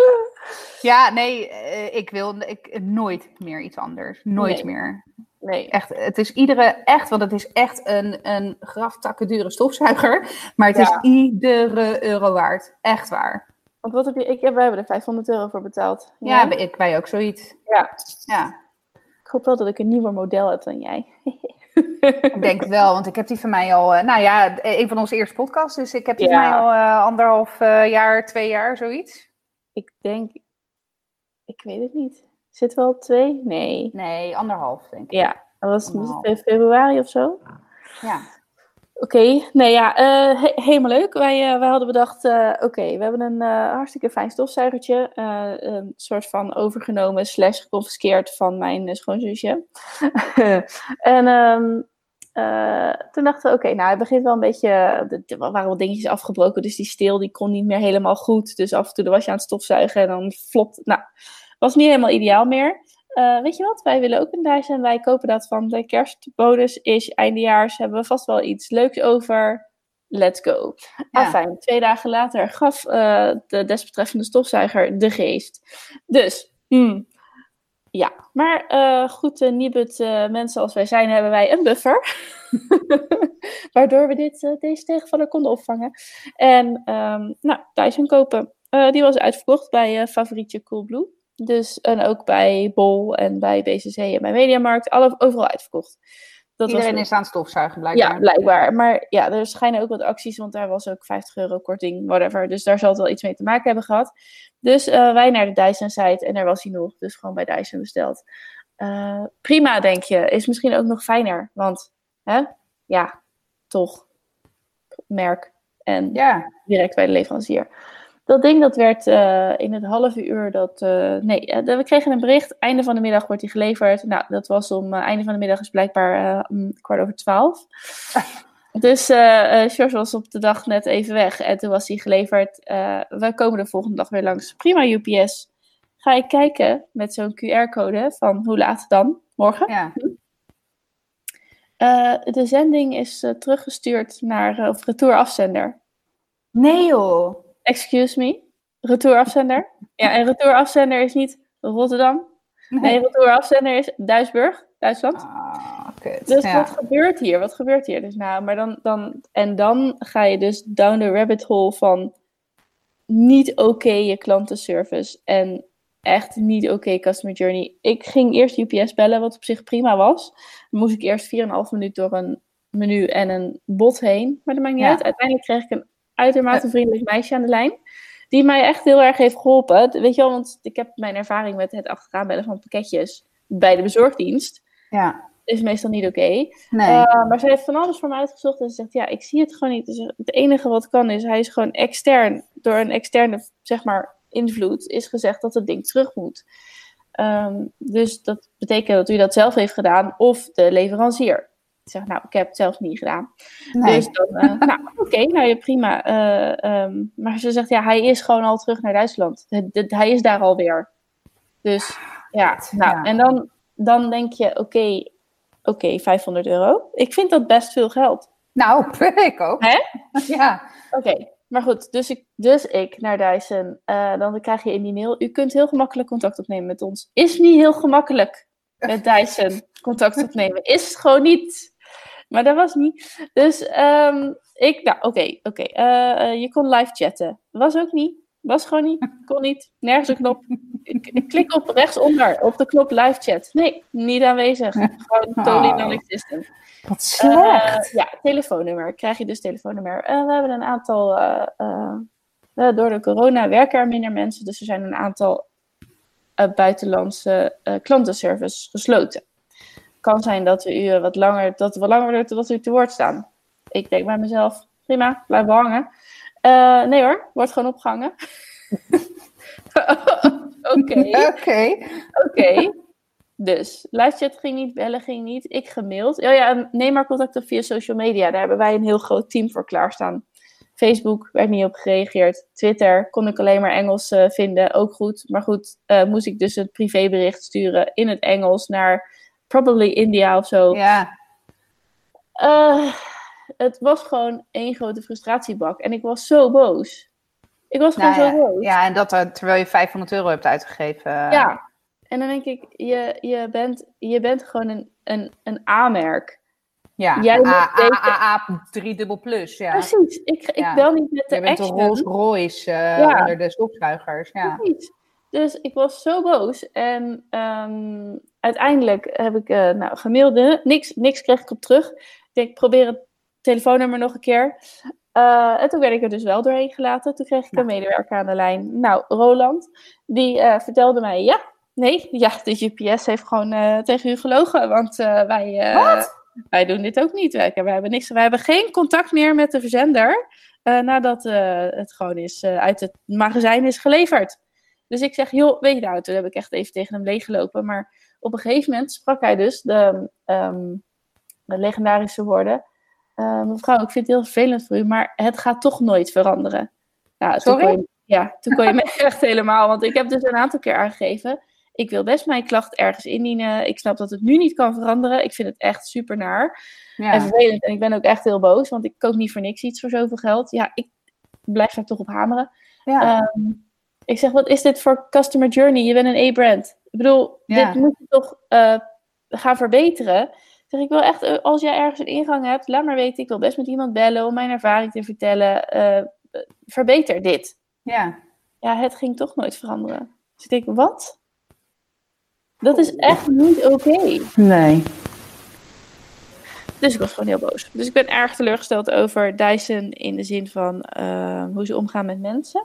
Ja, nee, ik wil ik, nooit meer iets anders. Nooit nee. meer. Nee. Echt, het is iedere, echt, want het is echt een, een graftakken dure stofzuiger. Maar het ja. is iedere euro waard. Echt waar. Want wat heb je, ik, wij hebben er vijfhonderd euro voor betaald. Ja, ja ik, wij ook zoiets. Ja. ja. Ik hoop wel dat ik een nieuwer model heb dan jij. Ik denk het wel, want ik heb die van mij al, uh, nou ja, een van onze eerste podcasts. Dus ik heb die ja. van mij al uh, anderhalf uh, jaar, twee jaar, zoiets. Ik denk, ik weet het niet. Zit wel twee? Nee. Nee, anderhalf denk ik. Ja, dat was het februari of zo. Ja. Oké, okay. nee ja, uh, he- helemaal leuk. Wij, uh, wij hadden bedacht, uh, oké, okay, we hebben een uh, hartstikke fijn stofzuigertje. Uh, een soort van overgenomen slash geconfiskeerd van mijn uh, schoonzusje. en um, uh, toen dachten we, oké, okay, nou het begint wel een beetje, er waren wel dingetjes afgebroken, dus die steel die kon niet meer helemaal goed. Dus af en toe was je aan het stofzuigen en dan flopt, nou, was niet helemaal ideaal meer. Uh, weet je wat, wij willen ook een Dyson en wij kopen dat van de kerstbonus is eindejaars, hebben we vast wel iets leuks over. Let's go. Ja. Ah, fijn. Twee dagen later gaf uh, de desbetreffende stofzuiger de geest. Dus, hmm, ja. Maar uh, goed, uh, Nibud uh, mensen als wij zijn, hebben wij een buffer. Waardoor we dit, uh, deze tegenvaller konden opvangen. En, um, nou, Dyson kopen. Uh, die was uitverkocht bij uh, favorietje Coolblue. Dus, en ook bij Bol en bij B C C en bij Mediamarkt. Alle, overal uitverkocht. Dat Iedereen was... is aan het stofzuigen, blijkbaar. Ja, blijkbaar. Maar ja, er schijnen ook wat acties, want daar was ook vijftig euro korting, whatever. Dus daar zal het wel iets mee te maken hebben gehad. Dus uh, wij naar de Dyson site en daar was hij nog. Dus gewoon bij Dyson besteld. Uh, prima, denk je. Is misschien ook nog fijner. Want, hè? Ja, toch. Merk. En ja. direct bij de leverancier. Dat ding dat werd uh, in het halve uur dat... Uh, nee, uh, we kregen een bericht. Einde van de middag wordt die geleverd. Nou, dat was om... Uh, einde van de middag is blijkbaar uh, um, kwart over twaalf. Dus uh, uh, George was op de dag net even weg. En toen was die geleverd. Uh, we komen de volgende dag weer langs. Prima U P S. ga ik kijken met zo'n Q R-code van hoe laat dan? Morgen? Ja. Uh, de zending is uh, teruggestuurd naar, uh, of retourafzender. Nee joh. Excuse me? Retourafzender? Ja, en retourafzender is niet Rotterdam. Nee, nee retourafzender is Duisburg, Duitsland. Ah, kut. Dus ja. wat gebeurt hier? Wat gebeurt hier? Dus nou, maar dan, dan, en dan ga je dus down the rabbit hole van niet oké okay je klantenservice en echt niet oké okay customer journey. Ik ging eerst U P S bellen, wat op zich prima was. Dan moest ik eerst vier komma vijf minuut door een menu en een bot heen. Maar dat maakt niet ja. uit. Uiteindelijk kreeg ik een uitermate vriendelijk meisje aan de lijn. Die mij echt heel erg heeft geholpen. Weet je wel, want ik heb mijn ervaring met het achteraan bellen van pakketjes bij de bezorgdienst. Ja. Is meestal niet oké. Okay. Nee. Uh, maar ze heeft van alles voor me uitgezocht. En ze zegt, ja, ik zie het gewoon niet. Dus het enige wat kan is, hij is gewoon extern. Door een externe, zeg maar, invloed is gezegd dat het ding terug moet. Um, dus dat betekent dat u dat zelf heeft gedaan. Of de leverancier. Ik zeg, nou, ik heb het zelf niet gedaan. Nee. Dus dan, uh, nou, oké, okay, nou ja, prima. Uh, um, maar ze zegt, ja, hij is gewoon al terug naar Duitsland. Het, het, hij is daar alweer. Dus, ja, nou, ja. En dan, dan denk je, oké, okay, oké, okay, vijfhonderd euro. Ik vind dat best veel geld. Nou, ik ook. Hè? Ja. Oké, okay, maar goed, dus ik, dus ik naar Dyson. Uh, dan krijg je in die mail, u kunt heel gemakkelijk contact opnemen met ons. Is niet heel gemakkelijk met Dyson contact opnemen. Is het gewoon niet. Maar dat was niet. Dus um, ik, nou oké, okay, oké. Okay. Uh, je kon live chatten. Was ook niet. Was gewoon niet. Kon niet. Nergens een knop. Ik, ik klik op rechtsonder op de knop live chat. Nee, niet aanwezig. Gewoon totally oh. non-existent. Wat slecht. Uh, ja, telefoonnummer. Krijg je dus telefoonnummer. Uh, we hebben een aantal... Uh, uh, door de corona werken er minder mensen. Dus er zijn een aantal uh, buitenlandse uh, klantenservice gesloten. Kan zijn dat we u wat langer, dat we wat langer dat u te woord staan. Ik denk bij mezelf, prima, blijf wel hangen. Uh, nee hoor, wordt gewoon opgehangen. Oké. Oké. Oké. Dus, live chat ging niet, bellen ging niet. Ik gemaild. Oh ja, neem maar contact op via social media. Daar hebben wij een heel groot team voor klaarstaan. Facebook werd niet op gereageerd. Twitter kon ik alleen maar Engels uh, vinden. Ook goed. Maar goed, uh, moest ik dus een privébericht sturen in het Engels naar... Probably India of zo. Ja. Uh, het was gewoon één grote frustratiebak. En ik was zo boos. Ik was gewoon nou, zo ja. boos. Ja, en dat terwijl je vijfhonderd euro hebt uitgegeven. Ja. En dan denk ik, je, je, bent, je bent gewoon een, een, een A-merk. Ja, Jij A, A, A, A, drie dubbel plus. Ja. Precies. Ik, ik ja. bel niet met de je bent Action. een Rolls Royce uh, ja. onder de stofzuigers. Ja. Precies. Dus ik was zo boos. En um, uiteindelijk heb ik uh, nou, gemaild. Niks, niks kreeg ik op terug. Ik denk, ik probeer het telefoonnummer nog een keer. Uh, en toen werd ik er dus wel doorheen gelaten. Toen kreeg ik ja. een medewerker aan de lijn. Nou, Roland. Die uh, vertelde mij, ja, nee, ja, de U P S heeft gewoon uh, tegen u gelogen. Want uh, wij, uh, wij doen dit ook niet. Wij, wij, hebben niks, wij hebben geen contact meer met de verzender. Uh, nadat uh, het gewoon is, uh, uit het magazijn is geleverd. Dus ik zeg, joh, weet je nou, toen heb ik echt even tegen hem leeggelopen. Maar op een gegeven moment sprak hij dus de, um, de legendarische woorden. Uh, mevrouw, ik vind het heel vervelend voor u, maar het gaat toch nooit veranderen. Nou, Sorry? Toen kon je, ja, toen kon je me echt helemaal, want ik heb dus een aantal keer aangegeven. Ik wil best mijn klacht ergens indienen. Ik snap dat het nu niet kan veranderen. Ik vind het echt super naar. Ja. En vervelend. En ik ben ook echt heel boos, want ik koop niet voor niks iets voor zoveel geld. Ja, ik blijf daar toch op hameren. Ja. Um, Ik zeg, wat is dit voor customer journey? Je bent een A-brand. Ik bedoel, ja. dit moet je toch uh, gaan verbeteren. Ik zeg, ik wil echt, als jij ergens een ingang hebt, laat maar weten. Ik wil best met iemand bellen om mijn ervaring te vertellen. Uh, verbeter dit. Ja. Ja, het ging toch nooit veranderen. Dus ik denk, wat? Dat is echt niet oké. Okay. Nee. Dus ik was gewoon heel boos. Dus ik ben erg teleurgesteld over Dyson in de zin van uh, hoe ze omgaan met mensen.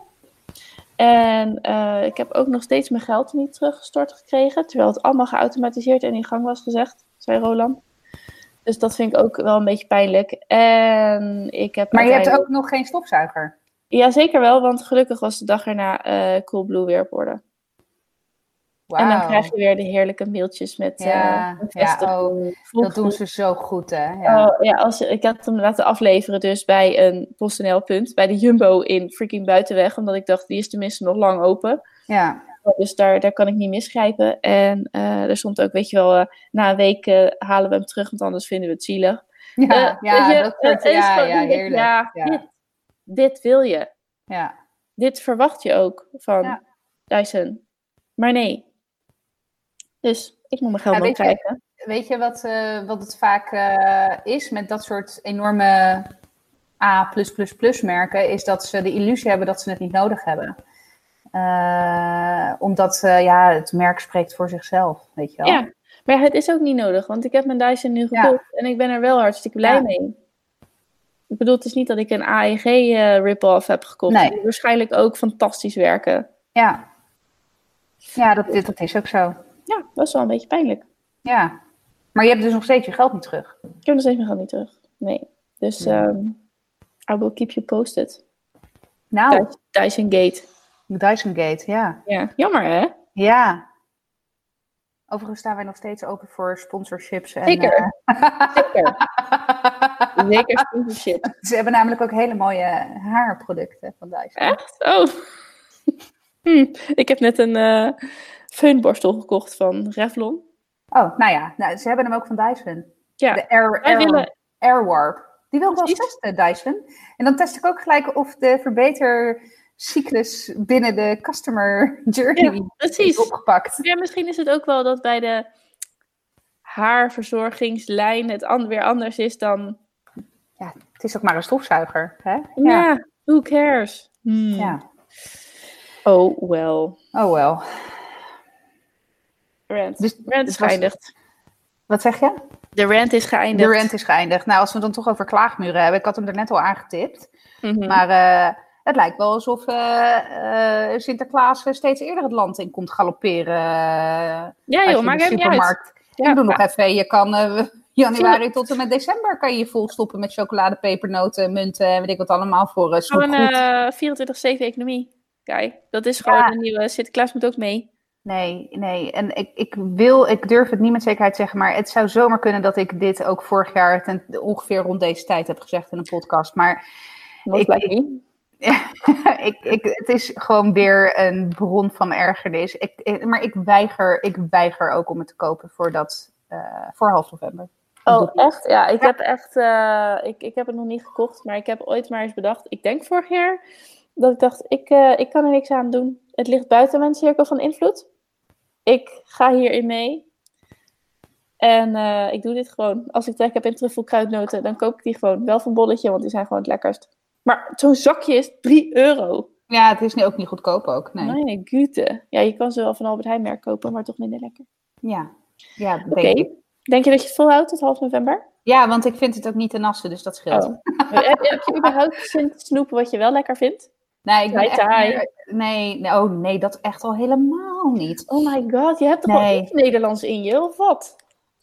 En uh, ik heb ook nog steeds mijn geld niet teruggestort gekregen. Terwijl het allemaal geautomatiseerd en in gang was gezegd, zei Roland. Dus dat vind ik ook wel een beetje pijnlijk. En ik heb maar je hebt ook nog geen stofzuiger? Ja, zeker wel. Want gelukkig was de dag erna uh, Coolblue weer op orde. Wow. En dan krijg je weer de heerlijke mailtjes met... Ja, uh, ja oh, dat doen ze zo goed, hè? Ja, oh, ja als, ik had hem laten afleveren dus bij een PostNL punt. Bij de Jumbo in freaking Buitenweg. Omdat ik dacht, die is tenminste nog lang open. Ja. Dus daar, daar kan ik niet misgrijpen. En uh, er stond ook, weet je wel, uh, na een week uh, halen we hem terug, want anders vinden we het zielig. Ja, uh, ja, je, dat soort, uh, ja, gewoon, ja, heerlijk. Ja, ja. Dit, dit wil je. Ja. Dit verwacht je ook van ja. Dyson. Maar nee. Dus ik moet mijn geld ja, nog krijgen. Je, weet je wat, uh, wat het vaak uh, is met dat soort enorme A plus plus plus merken? Is dat ze de illusie hebben dat ze het niet nodig hebben. Uh, omdat uh, ja, het merk spreekt voor zichzelf, weet je wel. Ja, maar het is ook niet nodig, want ik heb mijn Dyson nu gekocht ja. en ik ben er wel hartstikke blij ja. mee. Ik bedoel, het is niet dat ik een A E G uh, rip-off heb gekocht. Nee. Die waarschijnlijk ook fantastisch werken. Ja, ja dat, dat is ook zo. Ja, dat is wel een beetje pijnlijk. Ja, maar je hebt dus nog steeds je geld niet terug. Ik heb nog steeds mijn geld niet terug, nee. Dus ja. um, I will keep you posted. Nou. Dyson Gate. Dyson Gate, ja. Ja, jammer hè? Ja. Overigens staan wij nog steeds open voor sponsorships. En, Zeker. Uh... Zeker. Zeker sponsorship. Ze hebben namelijk ook hele mooie haarproducten van Dyson. Echt? Oh. hm. Ik heb net een uh, föhnborstel gekocht van Revlon. Oh, nou ja. Nou, ze hebben hem ook van Dyson. Ja. De Air, Wij Air, willen... Airwarp. Die wil ik wel eens testen, Dyson. En dan test ik ook gelijk of de verbetercyclus binnen de customer journey ja, is opgepakt. Ja, misschien is het ook wel dat bij de haarverzorgingslijn het an- weer anders is dan... Ja, het is ook maar een stofzuiger. Hè? Ja, ja, who cares? Hmm. Ja. Oh, well. Oh, well. Rant. Dus, rant is geëindigd. Wat zeg je? De rant is geëindigd. De rant is geëindigd. Nou, als we dan toch over klaagmuren hebben. Ik had hem er net al aangetipt. Mm-hmm. Maar uh, het lijkt wel alsof uh, uh, Sinterklaas steeds eerder het land in komt galopperen. Uh, ja joh, maakt hem niet uit. Ja, ik doe nog even. Je kan uh, januari tot en met december kan je je vol stoppen met chocolade, pepernoten, munten en weet ik wat allemaal voor uh, Gewoon uh, vierentwintig zeven economie. Kijk, dat is gewoon ja. een nieuwe... Sinterklaas moet ook mee. Nee, nee. En ik, ik wil, ik durf het niet met zekerheid zeggen, maar het zou zomaar kunnen dat ik dit ook vorig jaar ten, ongeveer rond deze tijd heb gezegd in een podcast. Maar ik, ik, ik, ik, het is gewoon weer een bron van ergernis. Ik, ik, maar ik weiger, ik weiger ook om het te kopen voor, dat, uh, voor half november. Oh, echt? Ja, ik ja. heb echt, uh, ik, ik heb het nog niet gekocht, maar ik heb ooit maar eens bedacht, ik denk vorig jaar, dat ik dacht, ik, uh, ik kan er niks aan doen. Het ligt buiten mijn cirkel van invloed. Ik ga hierin mee. En uh, ik doe dit gewoon. Als ik trek heb in truffelkruidnoten, dan koop ik die gewoon. Wel van bolletje, want die zijn gewoon het lekkerst. Maar zo'n zakje is drie euro. Ja, het is nu ook niet goedkoop ook. Nee, nee gute. Ja, je kan ze wel van Albert Heijn merk kopen, maar toch minder lekker. Ja, ja dat Oké. denk ik. Denk je dat je het volhoudt tot half november? Ja, want ik vind het ook niet te nassen, dus dat scheelt. Oh. heb, heb je überhaupt zin te snoepen wat je wel lekker vindt? Nee, ik ben echt meer, nee, oh nee, dat echt al helemaal niet. Oh my god, je hebt toch nee. wel iets Nederlands in je, of wat?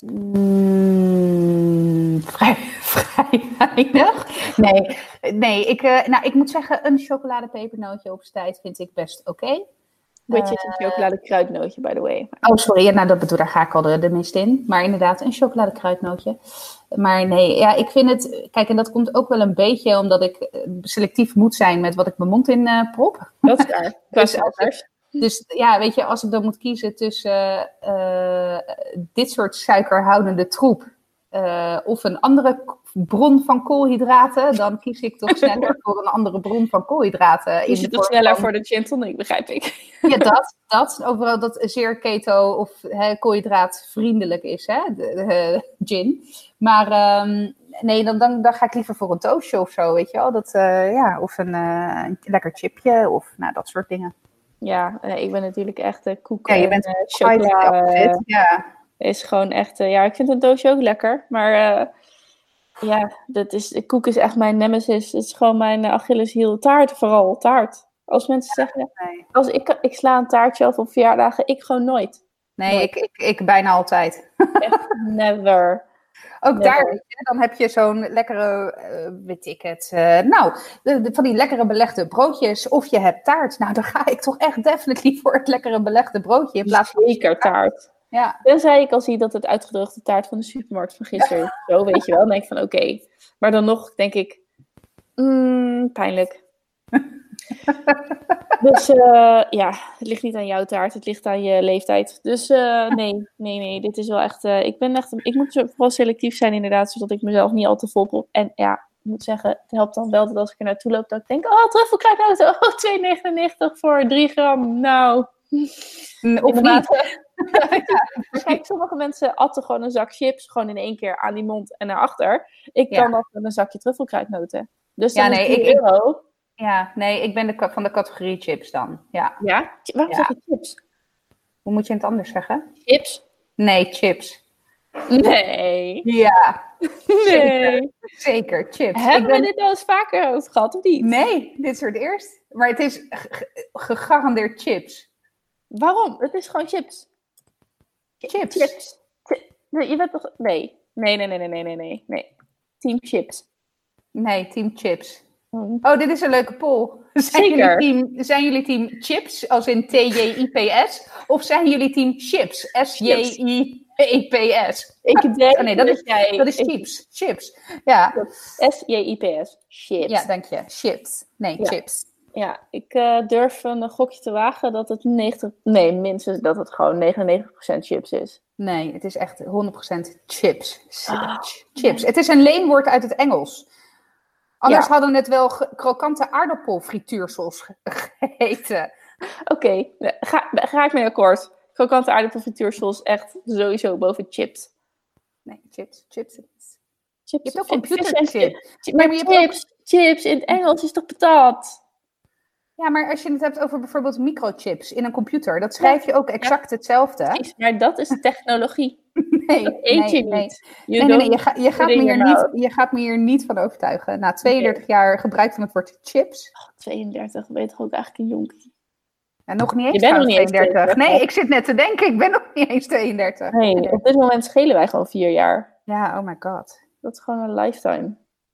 Mm, vrij, vrij weinig. Nee, nee ik, uh, nou, ik moet zeggen, een chocoladepepernootje op z'n tijd vind ik best oké. Okay. Beetje uh, een chocoladekruidnootje, by the way. Oh, sorry, ja, nou, dat bedoel, daar ga ik al de, de mist in. Maar inderdaad, een chocoladekruidnootje. Maar nee, ja, ik vind het... Kijk, en dat komt ook wel een beetje omdat ik selectief moet zijn met wat ik mijn mond in uh, prop. Dat is waar. dus, ik, dus ja, weet je, als ik dan moet kiezen tussen uh, dit soort suikerhoudende troep uh, of een andere bron van koolhydraten, dan kies ik toch sneller voor een andere bron van koolhydraten. Kies je toch sneller van... voor de gin tonic, begrijp ik. Ja, dat, dat. Overal dat zeer keto of he, koolhydraatvriendelijk is, hè, de, de gin. Maar um, nee, dan, dan, dan ga ik liever voor een toastje of zo, weet je wel. Dat, uh, ja, of een, uh, een lekker chipje of nou, dat soort dingen. Ja, ik ben natuurlijk echt uh, koek ja, je bent en uh, chocola. Uh, ja. Is gewoon echt, uh, ja, ik vind een toastje ook lekker. Maar uh, ja, dat is, koek is echt mijn nemesis. Het is gewoon mijn uh, Achilleshiel. Taart vooral, taart. Als mensen ja, zeggen, nee. als ik, ik sla een taartje af op verjaardagen, ik gewoon nooit. Nee, nooit. Ik, ik, ik bijna altijd. Echt never. Ook never. Daar, weet je, dan heb je zo'n lekkere, uh, weet ik het, uh, nou, de, de, van die lekkere belegde broodjes. Of je hebt taart. Nou, dan ga ik toch echt definitely voor het lekkere belegde broodje. In plaats van zeker taart. Ja. Tenzij ik al zie dat het uitgedroogde taart van de supermarkt van gisteren is. Zo, weet je wel. Dan denk ik van, oké. Okay. Maar dan nog denk ik, mm, pijnlijk. Dus uh, ja, het ligt niet aan jouw taart, het ligt aan je leeftijd. Dus uh, nee, nee, nee, dit is wel echt... Uh, ik ben echt... Ik moet vooral selectief zijn inderdaad, zodat ik mezelf niet al te vol prop. En ja, ik moet zeggen, het helpt dan wel dat als ik er naartoe loop, dat ik denk, oh, truffelkruidnoten, oh, twee negenennegentig voor drie gram, nou... Of niet? Ja, kijk, sommige mensen atten gewoon een zak chips gewoon in één keer aan die mond en naar achter. Ik kan Ja. nog met een zakje truffelkruidnoten. Dus dan Ja, nee, is drie ik, euro. Ja, nee, ik ben de, van de categorie chips dan. Ja. Ja? Waarom Ja. zeg je chips? Hoe moet je het anders zeggen? Chips? Nee, chips. Nee. Ja. Nee. Zeker, zeker chips. Hebben ik ben... we dit nou eens vaker over gehad of niet? Nee, dit is voor het eerst. Maar het is ge- gegarandeerd chips. Waarom? Het is gewoon chips. Chips. Chips. Chi- Nee, je bent toch... Nee. Nee, nee, nee, nee, nee, nee, nee. nee. Team chips. Nee, team chips. Hmm. Oh, dit is een leuke poll. Zijn Zeker. jullie, team, zijn jullie team chips, als in T J I P S? Of zijn jullie team chips? S J I P S. Ik denk Oh nee, dat is, jij... dat is chips. Chips. Ja. S J I P S. Chips. Ja, dank je. Chips. Nee, Ja. chips. Ja, ik uh, durf een gokje te wagen dat het negentig... Nee, minstens dat het gewoon negenennegentig procent chips is. Nee, het is echt honderd procent chips. Ah, Chips. Het is een leenwoord uit het Engels. Anders Ja. hadden het wel ge- krokante aardappelfrituursels ge- geheten. Oké, okay. ga, ga ik mee akkoord. Krokante aardappelfrituursels echt sowieso boven chips. Nee, chips. Chips. Chips. Je hebt ook Fish and computerchips. chips. Maar Maar je hebt ook- chips, chips in het Engels is toch patat? Ja, maar als je het hebt over bijvoorbeeld microchips in een computer, dat schrijf je ook exact hetzelfde. Precies, maar dat is technologie. Nee, Dat eet nee, je nee. niet. You Nee, nee, nee. don't Je, ga, je, put gaat it me in hier your niet, mouth. je gaat me hier niet van overtuigen. Na tweeëndertig jaar gebruik van het woord chips. tweeëndertig, ben je toch ook eigenlijk een jonkie? Ja, nog niet eens Je bent nog niet eens tweeëndertig. Nee, tweeëndertig. ik zit net te denken, ik ben nog niet eens tweeëndertig. Nee, op dit moment schelen wij gewoon vier jaar. Ja, oh my god. Dat is gewoon een lifetime.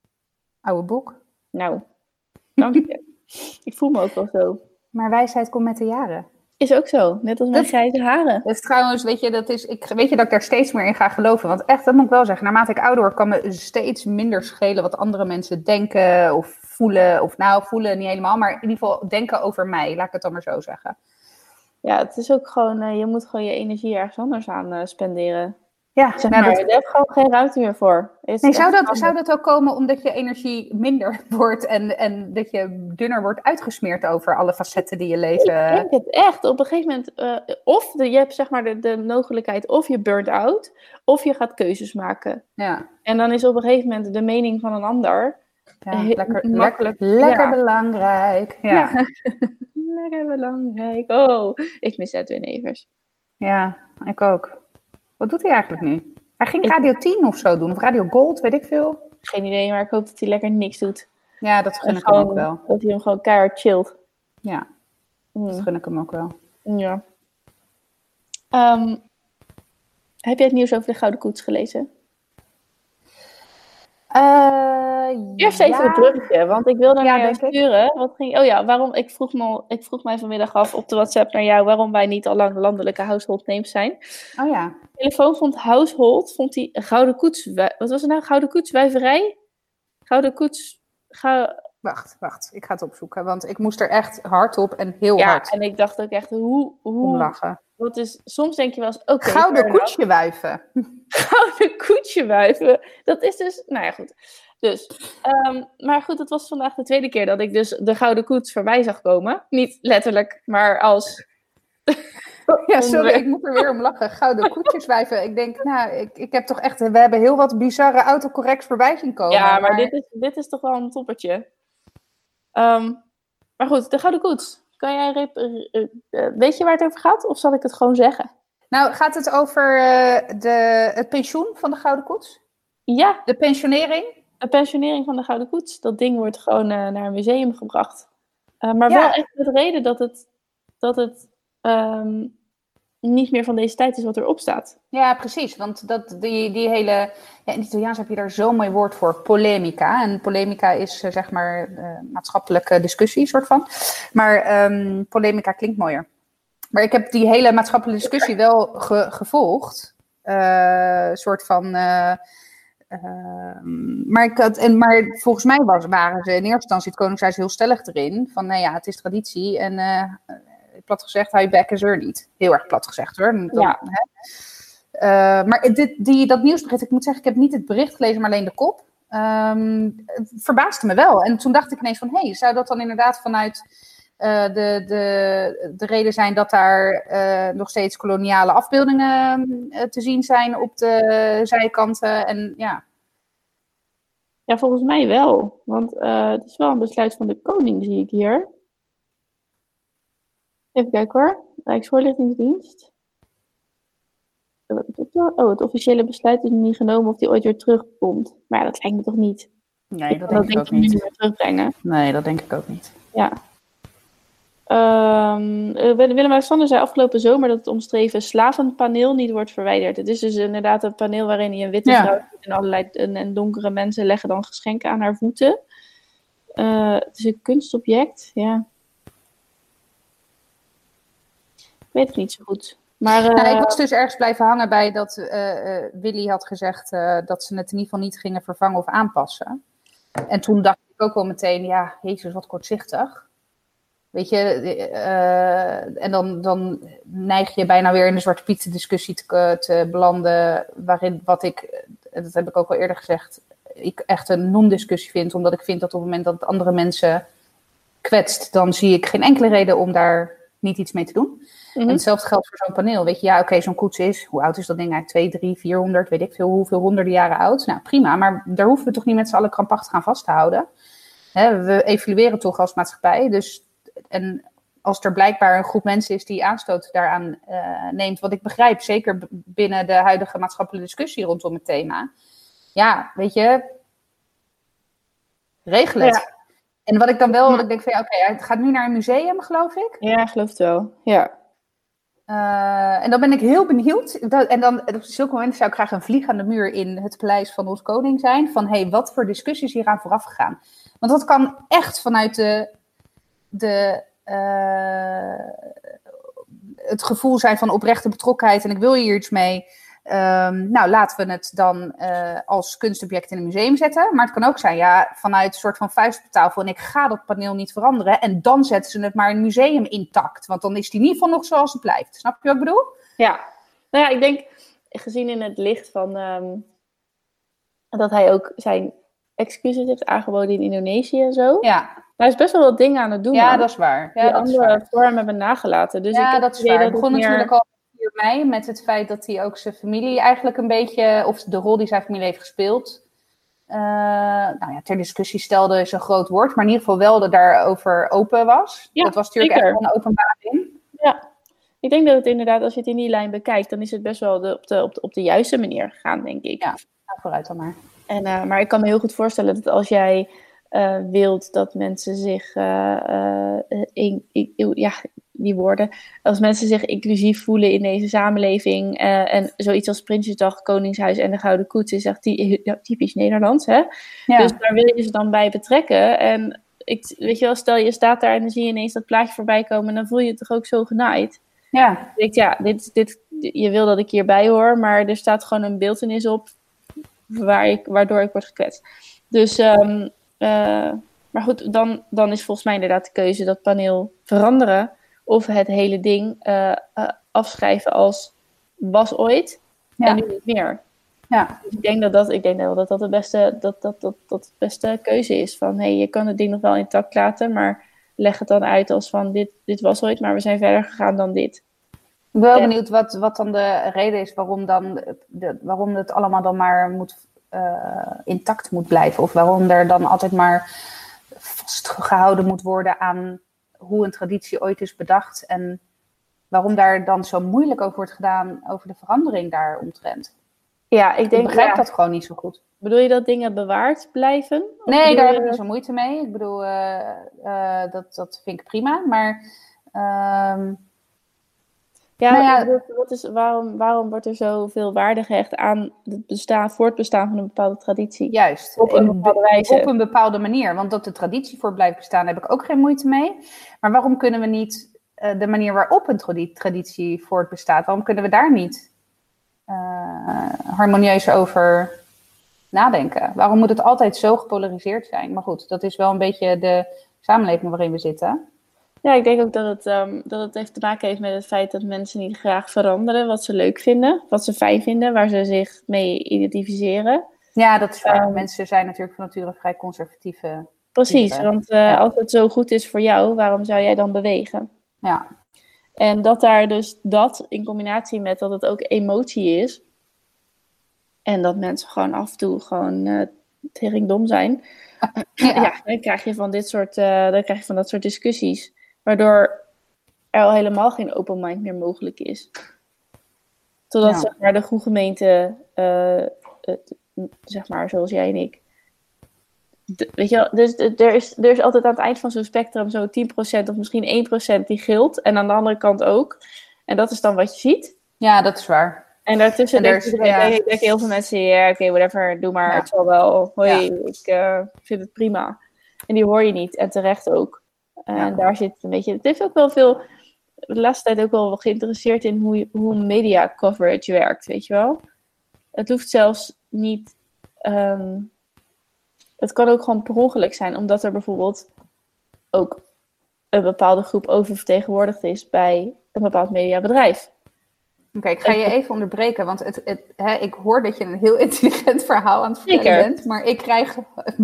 Oude boek. Nou, dank je. Ik voel me ook wel zo. Maar wijsheid komt met de jaren. Is ook zo, net als mijn Dat- grijze haren. Dus trouwens, weet je, dat is, ik, weet je dat ik daar steeds meer in ga geloven? Want echt, dat moet ik wel zeggen, naarmate ik ouder word, kan me steeds minder schelen wat andere mensen denken of voelen. Of nou, voelen niet helemaal, maar in ieder geval denken over mij. Laat ik het dan maar zo zeggen. Ja, het is ook gewoon, uh, je moet gewoon je energie ergens anders aan uh, spenderen. Ja, Zeg nou, maar, dat- je hebt gewoon geen ruimte meer voor. Het is nee, echt zou dat, handig. zou dat ook komen omdat je energie minder wordt en, en dat je dunner wordt uitgesmeerd over alle facetten die je leven... Ik denk het echt. Op een gegeven moment, uh, of de, je hebt zeg maar de, de mogelijkheid, of je burnt out, of je gaat keuzes maken. Ja, En dan is op een gegeven moment de mening van een ander ja heel lekker, makkelijk. lekker, lekker Ja. belangrijk. Ja, ja. Lekker belangrijk. Oh, ik mis Edwin Evers. ik ook. Wat doet hij eigenlijk nu? Hij ging Ik- Radio tien of zo doen, of Radio Gold, weet ik veel. Geen idee, maar ik hoop dat hij lekker niks doet. Ja, dat gun En ik hem gewoon, ook wel. dat hij hem gewoon keihard chillt. Ja, Hmm. dat gun ik hem ook wel. Ja. Ehm, heb jij het nieuws over de Gouden Koets gelezen? Uh, Eerst even het bruggetje, want ik wilde Ja, naar jou denk ik. sturen. Wat ging, oh ja, waarom? Ik vroeg, me, al- ik vroeg mij vanmiddag af op de WhatsApp naar jou waarom wij niet al lang landelijke household names zijn. Oh ja. De telefoon vond household, vond die Gouden Koets. wij- Wat was het nou? Gouden Koets wijverij? Gouden Koets. Gou- Wacht, wacht. Ik ga het opzoeken, want ik moest er echt hard op en heel ja, hard en ik dacht ook echt, hoe. om hoe lachen. wat is, soms denk je wel eens, oké. Gouden fair enough. koetsje wuiven. Gouden koetsje wuiven. Dat is dus, nou ja, goed. Dus, ehm, maar goed, het was vandaag de tweede keer dat ik dus de Gouden Koets voorbij zag komen. Niet letterlijk, maar als... Ja, sorry, ik moet er weer om lachen. Gouden koetjes wuiven. Ik denk, nou, ik, ik heb toch echt... We hebben heel wat bizarre autocorrects voorbij zien komen. ja, maar dit is, dit is toch wel een toppertje. Ehm, maar goed, de Gouden Koets. Kan jij rep- eh, eh, weet je waar het over gaat? Of zal ik het gewoon zeggen? Nou, gaat het over eh, de, het pensioen van de Gouden Koets? Ja, De pensionering? de pensionering van de Gouden Koets. Dat ding wordt gewoon eh, naar een museum gebracht. Eh, maar Ja. wel echt met reden dat het, dat het ehm, niet meer van deze tijd is wat erop staat. Ja, precies. Want dat, die, die hele... Ja, in het Italiaans heb je daar zo'n mooi woord voor. Polemica. En polemica is eh, zeg maar uh, maatschappelijke discussie, soort van. Maar ehm, polemica klinkt mooier. Maar ik heb die hele maatschappelijke discussie wel ge- gevolgd. Uh, soort van... Uh, Uh, maar, ik had, en, maar volgens mij was, waren ze in eerste instantie het Koningshuis heel stellig erin. Van, nou ja, het is traditie. En uh, plat gezegd, hou je bek is er niet. Heel erg plat gezegd hoor. Dan, ja. hè. Uh, maar dit, die, dat nieuwsbericht, ik moet zeggen, ik heb niet het bericht gelezen, maar alleen de kop. Um, het verbaasde me wel. En toen dacht ik ineens van, hé, hey, zou dat dan inderdaad vanuit uh, de, de, de reden zijn dat daar uh, nog steeds koloniale afbeeldingen uh, te zien zijn op de zijkanten? En ja. Ja, volgens mij wel. Want uh, het is wel een besluit van de koning, zie ik hier. Even kijken hoor. Rijksvoorlichtingsdienst. Oh, het officiële besluit is niet genomen of die ooit weer terugkomt. Maar ja, dat lijkt me toch niet. Nee, dat denk ik, denk ik ook niet. niet meer terugbrengen. Nee, dat denk ik ook niet. Ja. Um, Willem-Alexander zei afgelopen zomer dat het omstreven slavenpaneel niet wordt verwijderd. Het is dus inderdaad een paneel waarin hij een witte ja. vrouw en allerlei en, en donkere mensen leggen dan geschenken aan haar voeten. Uh, het is een kunstobject, ja. Ik weet het niet zo goed. Maar, uh... nou, ik was dus ergens blijven hangen bij dat uh, uh, Willy had gezegd uh, dat ze het in ieder geval niet gingen vervangen of aanpassen. En toen dacht ik ook wel meteen, ja, jezus, wat kortzichtig. Weet je, uh, en dan, dan neig je bijna weer in de Zwarte Piet discussie te, te belanden, waarin wat ik, dat heb ik ook al eerder gezegd, ik echt een non-discussie vind, omdat ik vind dat op het moment dat het andere mensen kwetst, dan zie ik geen enkele reden om daar niet iets mee te doen. Mm-hmm. En hetzelfde geldt voor zo'n paneel. Weet je, ja, oké, okay, zo'n koets is, hoe oud is dat ding eigenlijk? twee, drie, vierhonderd, weet ik veel, hoeveel honderden jaren oud. Nou, prima, maar daar hoeven we toch niet met z'n allen krampachtig aan vast te houden. Hè, we evalueren toch als maatschappij, dus en als er blijkbaar een groep mensen is die aanstoot daaraan uh, neemt, wat ik begrijp, zeker binnen de huidige maatschappelijke discussie rondom het thema. Ja, weet je, regel het. Ja. En wat ik dan wel, wat ik denk van ja, oké, okay, het gaat nu naar een museum, geloof ik. Ja, ik geloof het wel, ja. Uh, en dan ben ik heel benieuwd. Dat, en dan op zulke momenten zou ik graag een vlieg aan de muur in het paleis van ons koning zijn. Van hé, hey, wat voor discussies hier aan vooraf gegaan. Want dat kan echt vanuit de, de, uh, het gevoel zijn van oprechte betrokkenheid. En ik wil hier iets mee. Um, nou, laten we het dan uh, als kunstobject in een museum zetten. Maar het kan ook zijn, ja, vanuit een soort van vuist op de tafel. En ik ga dat paneel niet veranderen. En dan zetten ze het maar in een museum intact. Want dan is die in ieder geval nog zoals het blijft. Snap je wat ik bedoel? Ja, nou ja, ik denk, gezien in het licht van um, dat hij ook zijn excuses heeft aangeboden in Indonesië en zo. Ja. Hij is best wel wat dingen aan het doen. Ja, man. dat is waar. Ja, die dat andere is waar. vormen hebben nagelaten. Dus ja, ik dat is waar. Het begon meer... natuurlijk al vier mei met het feit dat hij ook zijn familie eigenlijk een beetje, of de rol die zijn familie heeft gespeeld, uh, nou ja, ter discussie stelde is een groot woord, maar in ieder geval wel dat daarover open was. Ja, dat was natuurlijk zeker. echt wel een openbaring. Ja, ik denk dat het inderdaad, als je het in die lijn bekijkt, dan is het best wel de, op, de, op, de, op de juiste manier gegaan, denk ik. Ja, nou, vooruit dan maar. En, uh, maar ik kan me heel goed voorstellen dat als jij uh, wilt dat mensen zich, uh, uh, in, in, ja, die woorden, als mensen zich inclusief voelen in deze samenleving uh, en zoiets als Prinsjesdag, Koningshuis en de Gouden Koets is echt ty- ja, typisch Nederlands, hè? Ja. Dus daar wil je ze dan bij betrekken. En ik, weet je wel, stel je staat daar en dan zie je ineens dat plaatje voorbij komen en dan voel je je toch ook zo genaaid. Ja. Ik denk, ja, dit, dit, je wil dat ik hierbij hoor, maar er staat gewoon een beeltenis op waar ik, waardoor ik word gekwetst. Dus, um, uh, maar goed, dan, dan is volgens mij inderdaad de keuze dat paneel veranderen of het hele ding uh, uh, afschrijven als was ooit ja. en nu niet meer. Ja. Dus ik denk dat dat, ik denk wel dat dat de beste, dat, dat, dat, dat de beste keuze is. Van hey, je kan het ding nog wel intact laten, maar leg het dan uit als van dit, dit was ooit, maar we zijn verder gegaan dan dit. Ik ben wel benieuwd wat, wat dan de reden is waarom, dan de, waarom het allemaal dan maar moet, uh, intact moet blijven. Of waarom er dan altijd maar vastgehouden moet worden aan hoe een traditie ooit is bedacht. En waarom daar dan zo moeilijk over wordt gedaan over de verandering daaromtrent. Ja, ik denk, ik begrijp ja. dat gewoon niet zo goed. Bedoel je dat dingen bewaard blijven? Nee, daar heb ik niet zo moeite mee. Ik bedoel, uh, uh, dat, dat vind ik prima. Maar uh, ja, nou ja wat, wat is, waarom, waarom wordt er zoveel waarde gehecht aan het bestaan, voortbestaan van een bepaalde traditie? Juist, op een bepaalde wijze. Op een bepaalde manier. Want dat de traditie voor blijft bestaan, heb ik ook geen moeite mee. Maar waarom kunnen we niet uh, de manier waarop een traditie voortbestaat, waarom kunnen we daar niet uh, harmonieus over nadenken. Waarom moet het altijd zo gepolariseerd zijn? Maar goed, dat is wel een beetje de samenleving waarin we zitten. Ja, ik denk ook dat het, um, dat het heeft te maken heeft met het feit dat mensen niet graag veranderen wat ze leuk vinden, wat ze fijn vinden, waar ze zich mee identificeren. Ja, dat is waar. Um, mensen zijn natuurlijk van nature vrij conservatieve. Precies, typen. want uh, ja. als het zo goed is voor jou, waarom zou jij dan bewegen? Ja. En dat daar dus dat in combinatie met dat het ook emotie is en dat mensen gewoon af en toe gewoon uh, teringdom zijn, ja. ja, dan krijg je van dit soort, uh, dan krijg je van dat soort discussies. Waardoor er al helemaal geen open mind meer mogelijk is. Totdat ja. zeg maar, de goede gemeente, uh, het, zeg maar zoals jij en ik. De, weet je wel, dus de, er, is, er is altijd aan het eind van zo'n spectrum zo'n tien procent of misschien één procent die gilt. En aan de andere kant ook. En dat is dan wat je ziet. Ja, dat is waar. En daartussen en denken ja. denk ik heel veel mensen, ja, oké, okay, whatever, doe maar, ja. het zal wel. Hoi, ja. ik uh, vind het prima. En die hoor je niet, en terecht ook. En ja. daar zit een beetje, het heeft ook wel veel, de laatste tijd ook wel geïnteresseerd in hoe, hoe media coverage werkt, weet je wel. Het hoeft zelfs niet, um, het kan ook gewoon per ongeluk zijn, omdat er bijvoorbeeld ook een bepaalde groep oververtegenwoordigd is bij een bepaald mediabedrijf. Oké, okay, ik ga je even onderbreken, want het, het, hè, ik hoor dat je een heel intelligent verhaal aan het vertellen Zeker. bent, maar ik krijg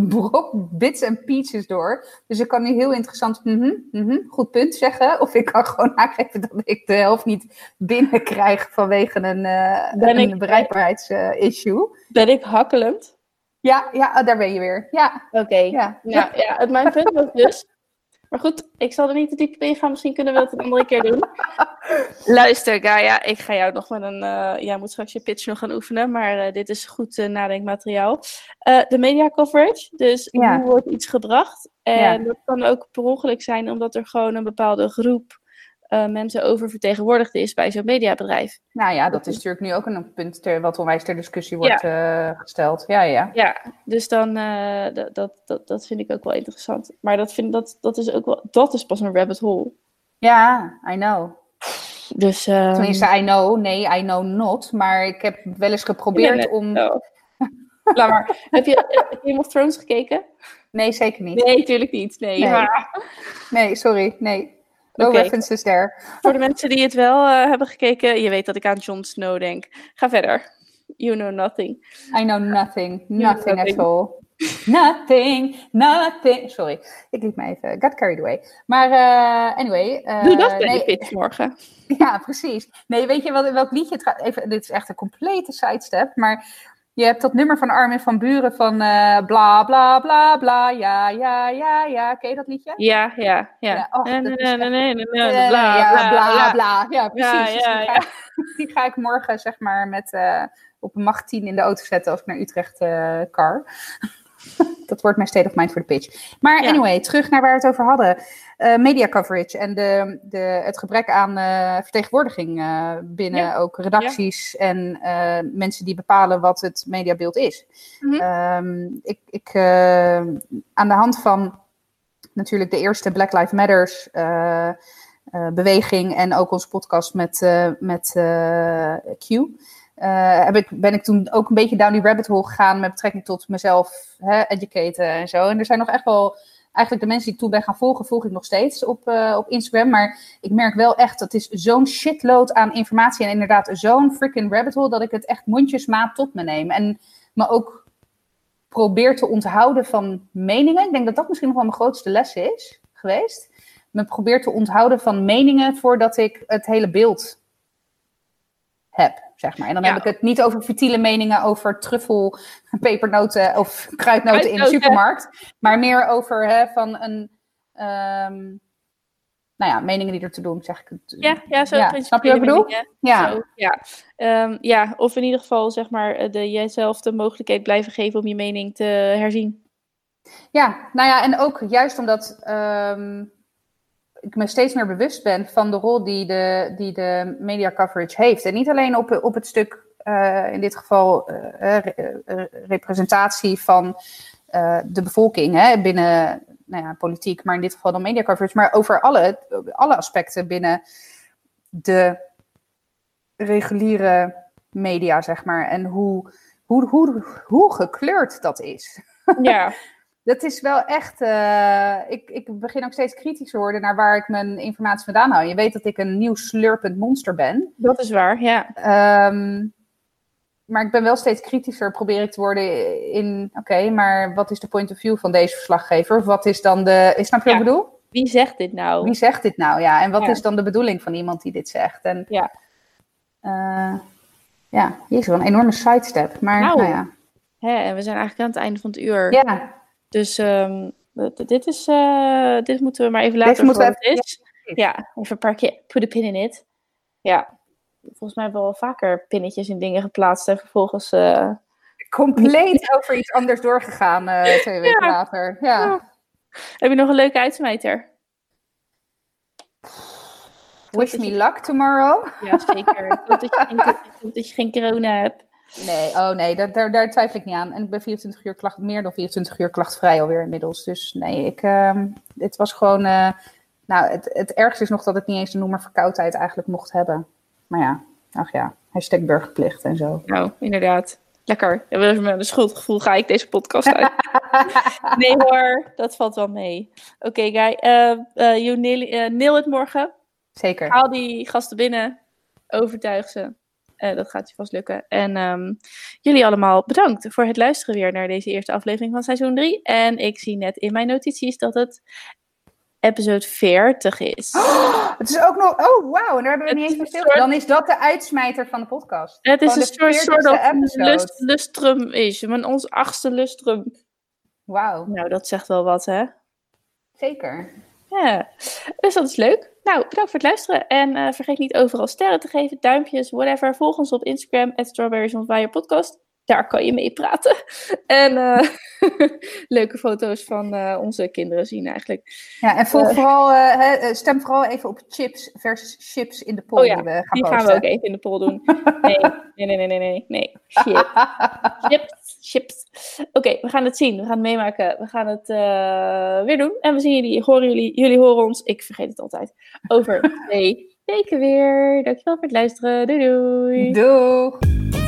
bits en pieces door. Dus ik kan nu heel interessant, mm-hmm, mm-hmm, goed punt zeggen, of ik kan gewoon aangeven dat ik de helft niet binnenkrijg vanwege een, uh, een ik, bereikbaarheidsissue. Uh, ben ik hakkelend? Ja, ja, daar ben je weer. Ja. Oké, okay. ja. Nou, ja, het mijn punt was dus... Maar goed, ik zal er niet te diep op ingaan. Misschien kunnen we dat een andere keer doen. Luister, Gaia, ik ga jou nog met een... Uh, jij moet straks je pitch nog gaan oefenen. Maar uh, dit is goed uh, nadenkmateriaal. Uh, de media coverage. Dus ja. hoe wordt iets gebracht? En ja. dat kan ook per ongeluk zijn, omdat er gewoon een bepaalde groep uh, mensen oververtegenwoordigd is bij zo'n mediabedrijf. Nou ja, dat is natuurlijk nu ook een punt ter, wat onwijs ter discussie wordt ja. uh, gesteld. Ja, ja. Ja, dus dan, uh, d- dat, dat, dat vind ik ook wel interessant. Maar dat, vind, dat, dat is ook wel, dat is pas een rabbit hole. Ja, I know. Dus, um... Tenminste, I know. Nee, I know not. Maar ik heb wel eens geprobeerd ja, om... Oh. Laat maar. Heb je Game of Thrones gekeken? Nee, zeker niet. Nee, natuurlijk niet. Nee, nee. Maar... nee sorry. Nee. No okay. references there. Voor de mensen die het wel uh, hebben gekeken, je weet dat ik aan Jon Snow denk. Ga verder. You know nothing. I know nothing. Nothing at all. Nothing. Nothing. Sorry. Ik liet me even. Got carried away. Maar uh, anyway. Uh, Doe dat bij nee, die pitch morgen. Ja, precies. Nee, weet je wel, welk liedje het gaat? Even, dit is echt een complete sidestep. Maar je hebt dat nummer van Armin van Buuren van uh, bla bla bla bla. Ja, ja, ja, ja. Ken je dat liedje? Ja, ja, ja. ja oh, nee, nee, nee, nee, nee, bla, bla, bla, bla, bla. Ja, precies. Ja, ja, ja. Dus die, ga, die ga ik morgen, zeg maar, met uh, op een macht tien in de auto zetten als ik naar Utrecht uh, car. Dat wordt mijn state of mind voor de pitch. Maar ja. anyway, terug naar waar we het over hadden. Uh, media coverage en de, de, het gebrek aan uh, vertegenwoordiging uh, binnen ja. ook redacties ja. en uh, mensen die bepalen wat het mediabeeld is. Mm-hmm. Um, ik, ik, uh, aan de hand van natuurlijk de eerste Black Lives Matters uh, uh, beweging en ook onze podcast met, uh, met uh, Q... Uh, heb ik, ben ik toen ook een beetje down die rabbit hole gegaan met betrekking tot mezelf hè, educaten en zo. En er zijn nog echt wel, eigenlijk de mensen die ik toen ben gaan volgen, volg ik nog steeds op, uh, op Instagram. Maar ik merk wel echt, dat is zo'n shitload aan informatie en inderdaad zo'n freaking rabbit hole, dat ik het echt mondjesmaat tot me neem. En me ook probeer te onthouden van meningen. Ik denk dat dat misschien nog wel mijn grootste les is geweest. Me probeer te onthouden van meningen voordat ik het hele beeld heb. Zeg maar. En dan ja. heb ik het niet over futiele meningen over truffel, pepernoten of kruidnoten in de supermarkt. Maar meer over hè, van een, um, nou ja, meningen die er te doen, zeg ik het. Ja, ja, zo ja. Snap je wat ik bedoel? Ja. Zo, ja. Um, ja, of in ieder geval zeg maar de, jijzelf de mogelijkheid blijven geven om je mening te herzien. Ja, nou ja, en ook juist omdat... Um, ik me steeds meer bewust ben van de rol die de, die de media coverage heeft. En niet alleen op, op het stuk, uh, in dit geval, uh, re- representatie van uh, de bevolking hè, binnen nou ja, politiek, maar in dit geval dan media coverage, maar over alle, alle aspecten binnen de reguliere media, zeg maar. En hoe, hoe, hoe, hoe gekleurd dat is. Ja. Dat is wel echt... Uh, ik, ik begin ook steeds kritisch te worden naar waar ik mijn informatie vandaan hou. Je weet dat ik een nieuw slurpend monster ben. Dat is waar, ja. Um, maar ik ben wel steeds kritischer, probeer ik te worden in... Oké, okay, maar wat is de point of view van deze verslaggever? Of wat is dan de... Snap je ja. wat ik bedoel? Wie zegt dit nou? Wie zegt dit nou, ja. En wat ja. is dan de bedoeling van iemand die dit zegt? En, ja. Uh, ja, jezus, wel een enorme sidestep. Maar nou, nou ja. Hè, en we zijn eigenlijk aan het einde van het uur. Ja. Dus um, dit, is, uh, dit moeten we maar even laten voor wat het is. Ja, ja, even een paar keer put a pin in it. Ja, volgens mij hebben we wel vaker pinnetjes in dingen geplaatst en vervolgens... Uh... Compleet over iets anders doorgegaan uh, twee weken ja. later. Ja. ja. Heb je nog een leuke uitsmijter? Wish me luck tomorrow. Ja, zeker. Ik hoop dat je geen, dat je geen corona hebt. Nee, oh nee, daar, daar, daar twijfel ik niet aan. En ik ben vierentwintig uur klacht, meer dan vierentwintig uur klachtvrij alweer inmiddels. Dus nee, ik, uh, het was gewoon... Uh, nou, het, het ergste is nog dat ik niet eens de noemer verkoudheid eigenlijk mocht hebben. Maar ja, ach ja, hashtag burgerplicht en zo. Nou, inderdaad. Lekker. Ja, met een schuldgevoel ga ik deze podcast uit. Nee hoor, dat valt wel mee. Oké, okay, Guy. Uh, uh, you nail, uh, nail it morgen. Zeker. Haal die gasten binnen. Overtuig ze. Uh, dat gaat je vast lukken. En um, jullie allemaal bedankt voor het luisteren weer naar deze eerste aflevering van seizoen drie. En ik zie net in mijn notities dat het episode veertig is. Oh, het is ook nog... Oh, wauw. En daar hebben we het niet eens voor stil. Soort... Dan is dat de uitsmijter van de podcast. Het is Gewoon een soort, soort of lust, lustrum is. Ons achtste lustrum. Wauw. Nou, dat zegt wel wat, hè? Zeker. Ja, dus dat is leuk. Nou, bedankt voor het luisteren. En uh, vergeet niet overal sterren te geven, duimpjes, whatever. Volg ons op Instagram, at Strawberries on Fire Podcast. Daar kan je mee praten. En uh, leuke foto's van uh, onze kinderen zien eigenlijk. Ja, en volg uh, vooral, uh, stem vooral even op chips versus chips in de poll oh ja, die we gaan die posten. gaan we ook even in de poll doen. Nee, nee, nee, nee, nee, nee. nee. Shit. Chips, chips. Oké, okay, we gaan het zien. We gaan het meemaken. We gaan het uh, weer doen. En we zien jullie, horen jullie, jullie horen ons, ik vergeet het altijd, over twee weken weer. Dankjewel voor het luisteren. Doei doei. Doeg.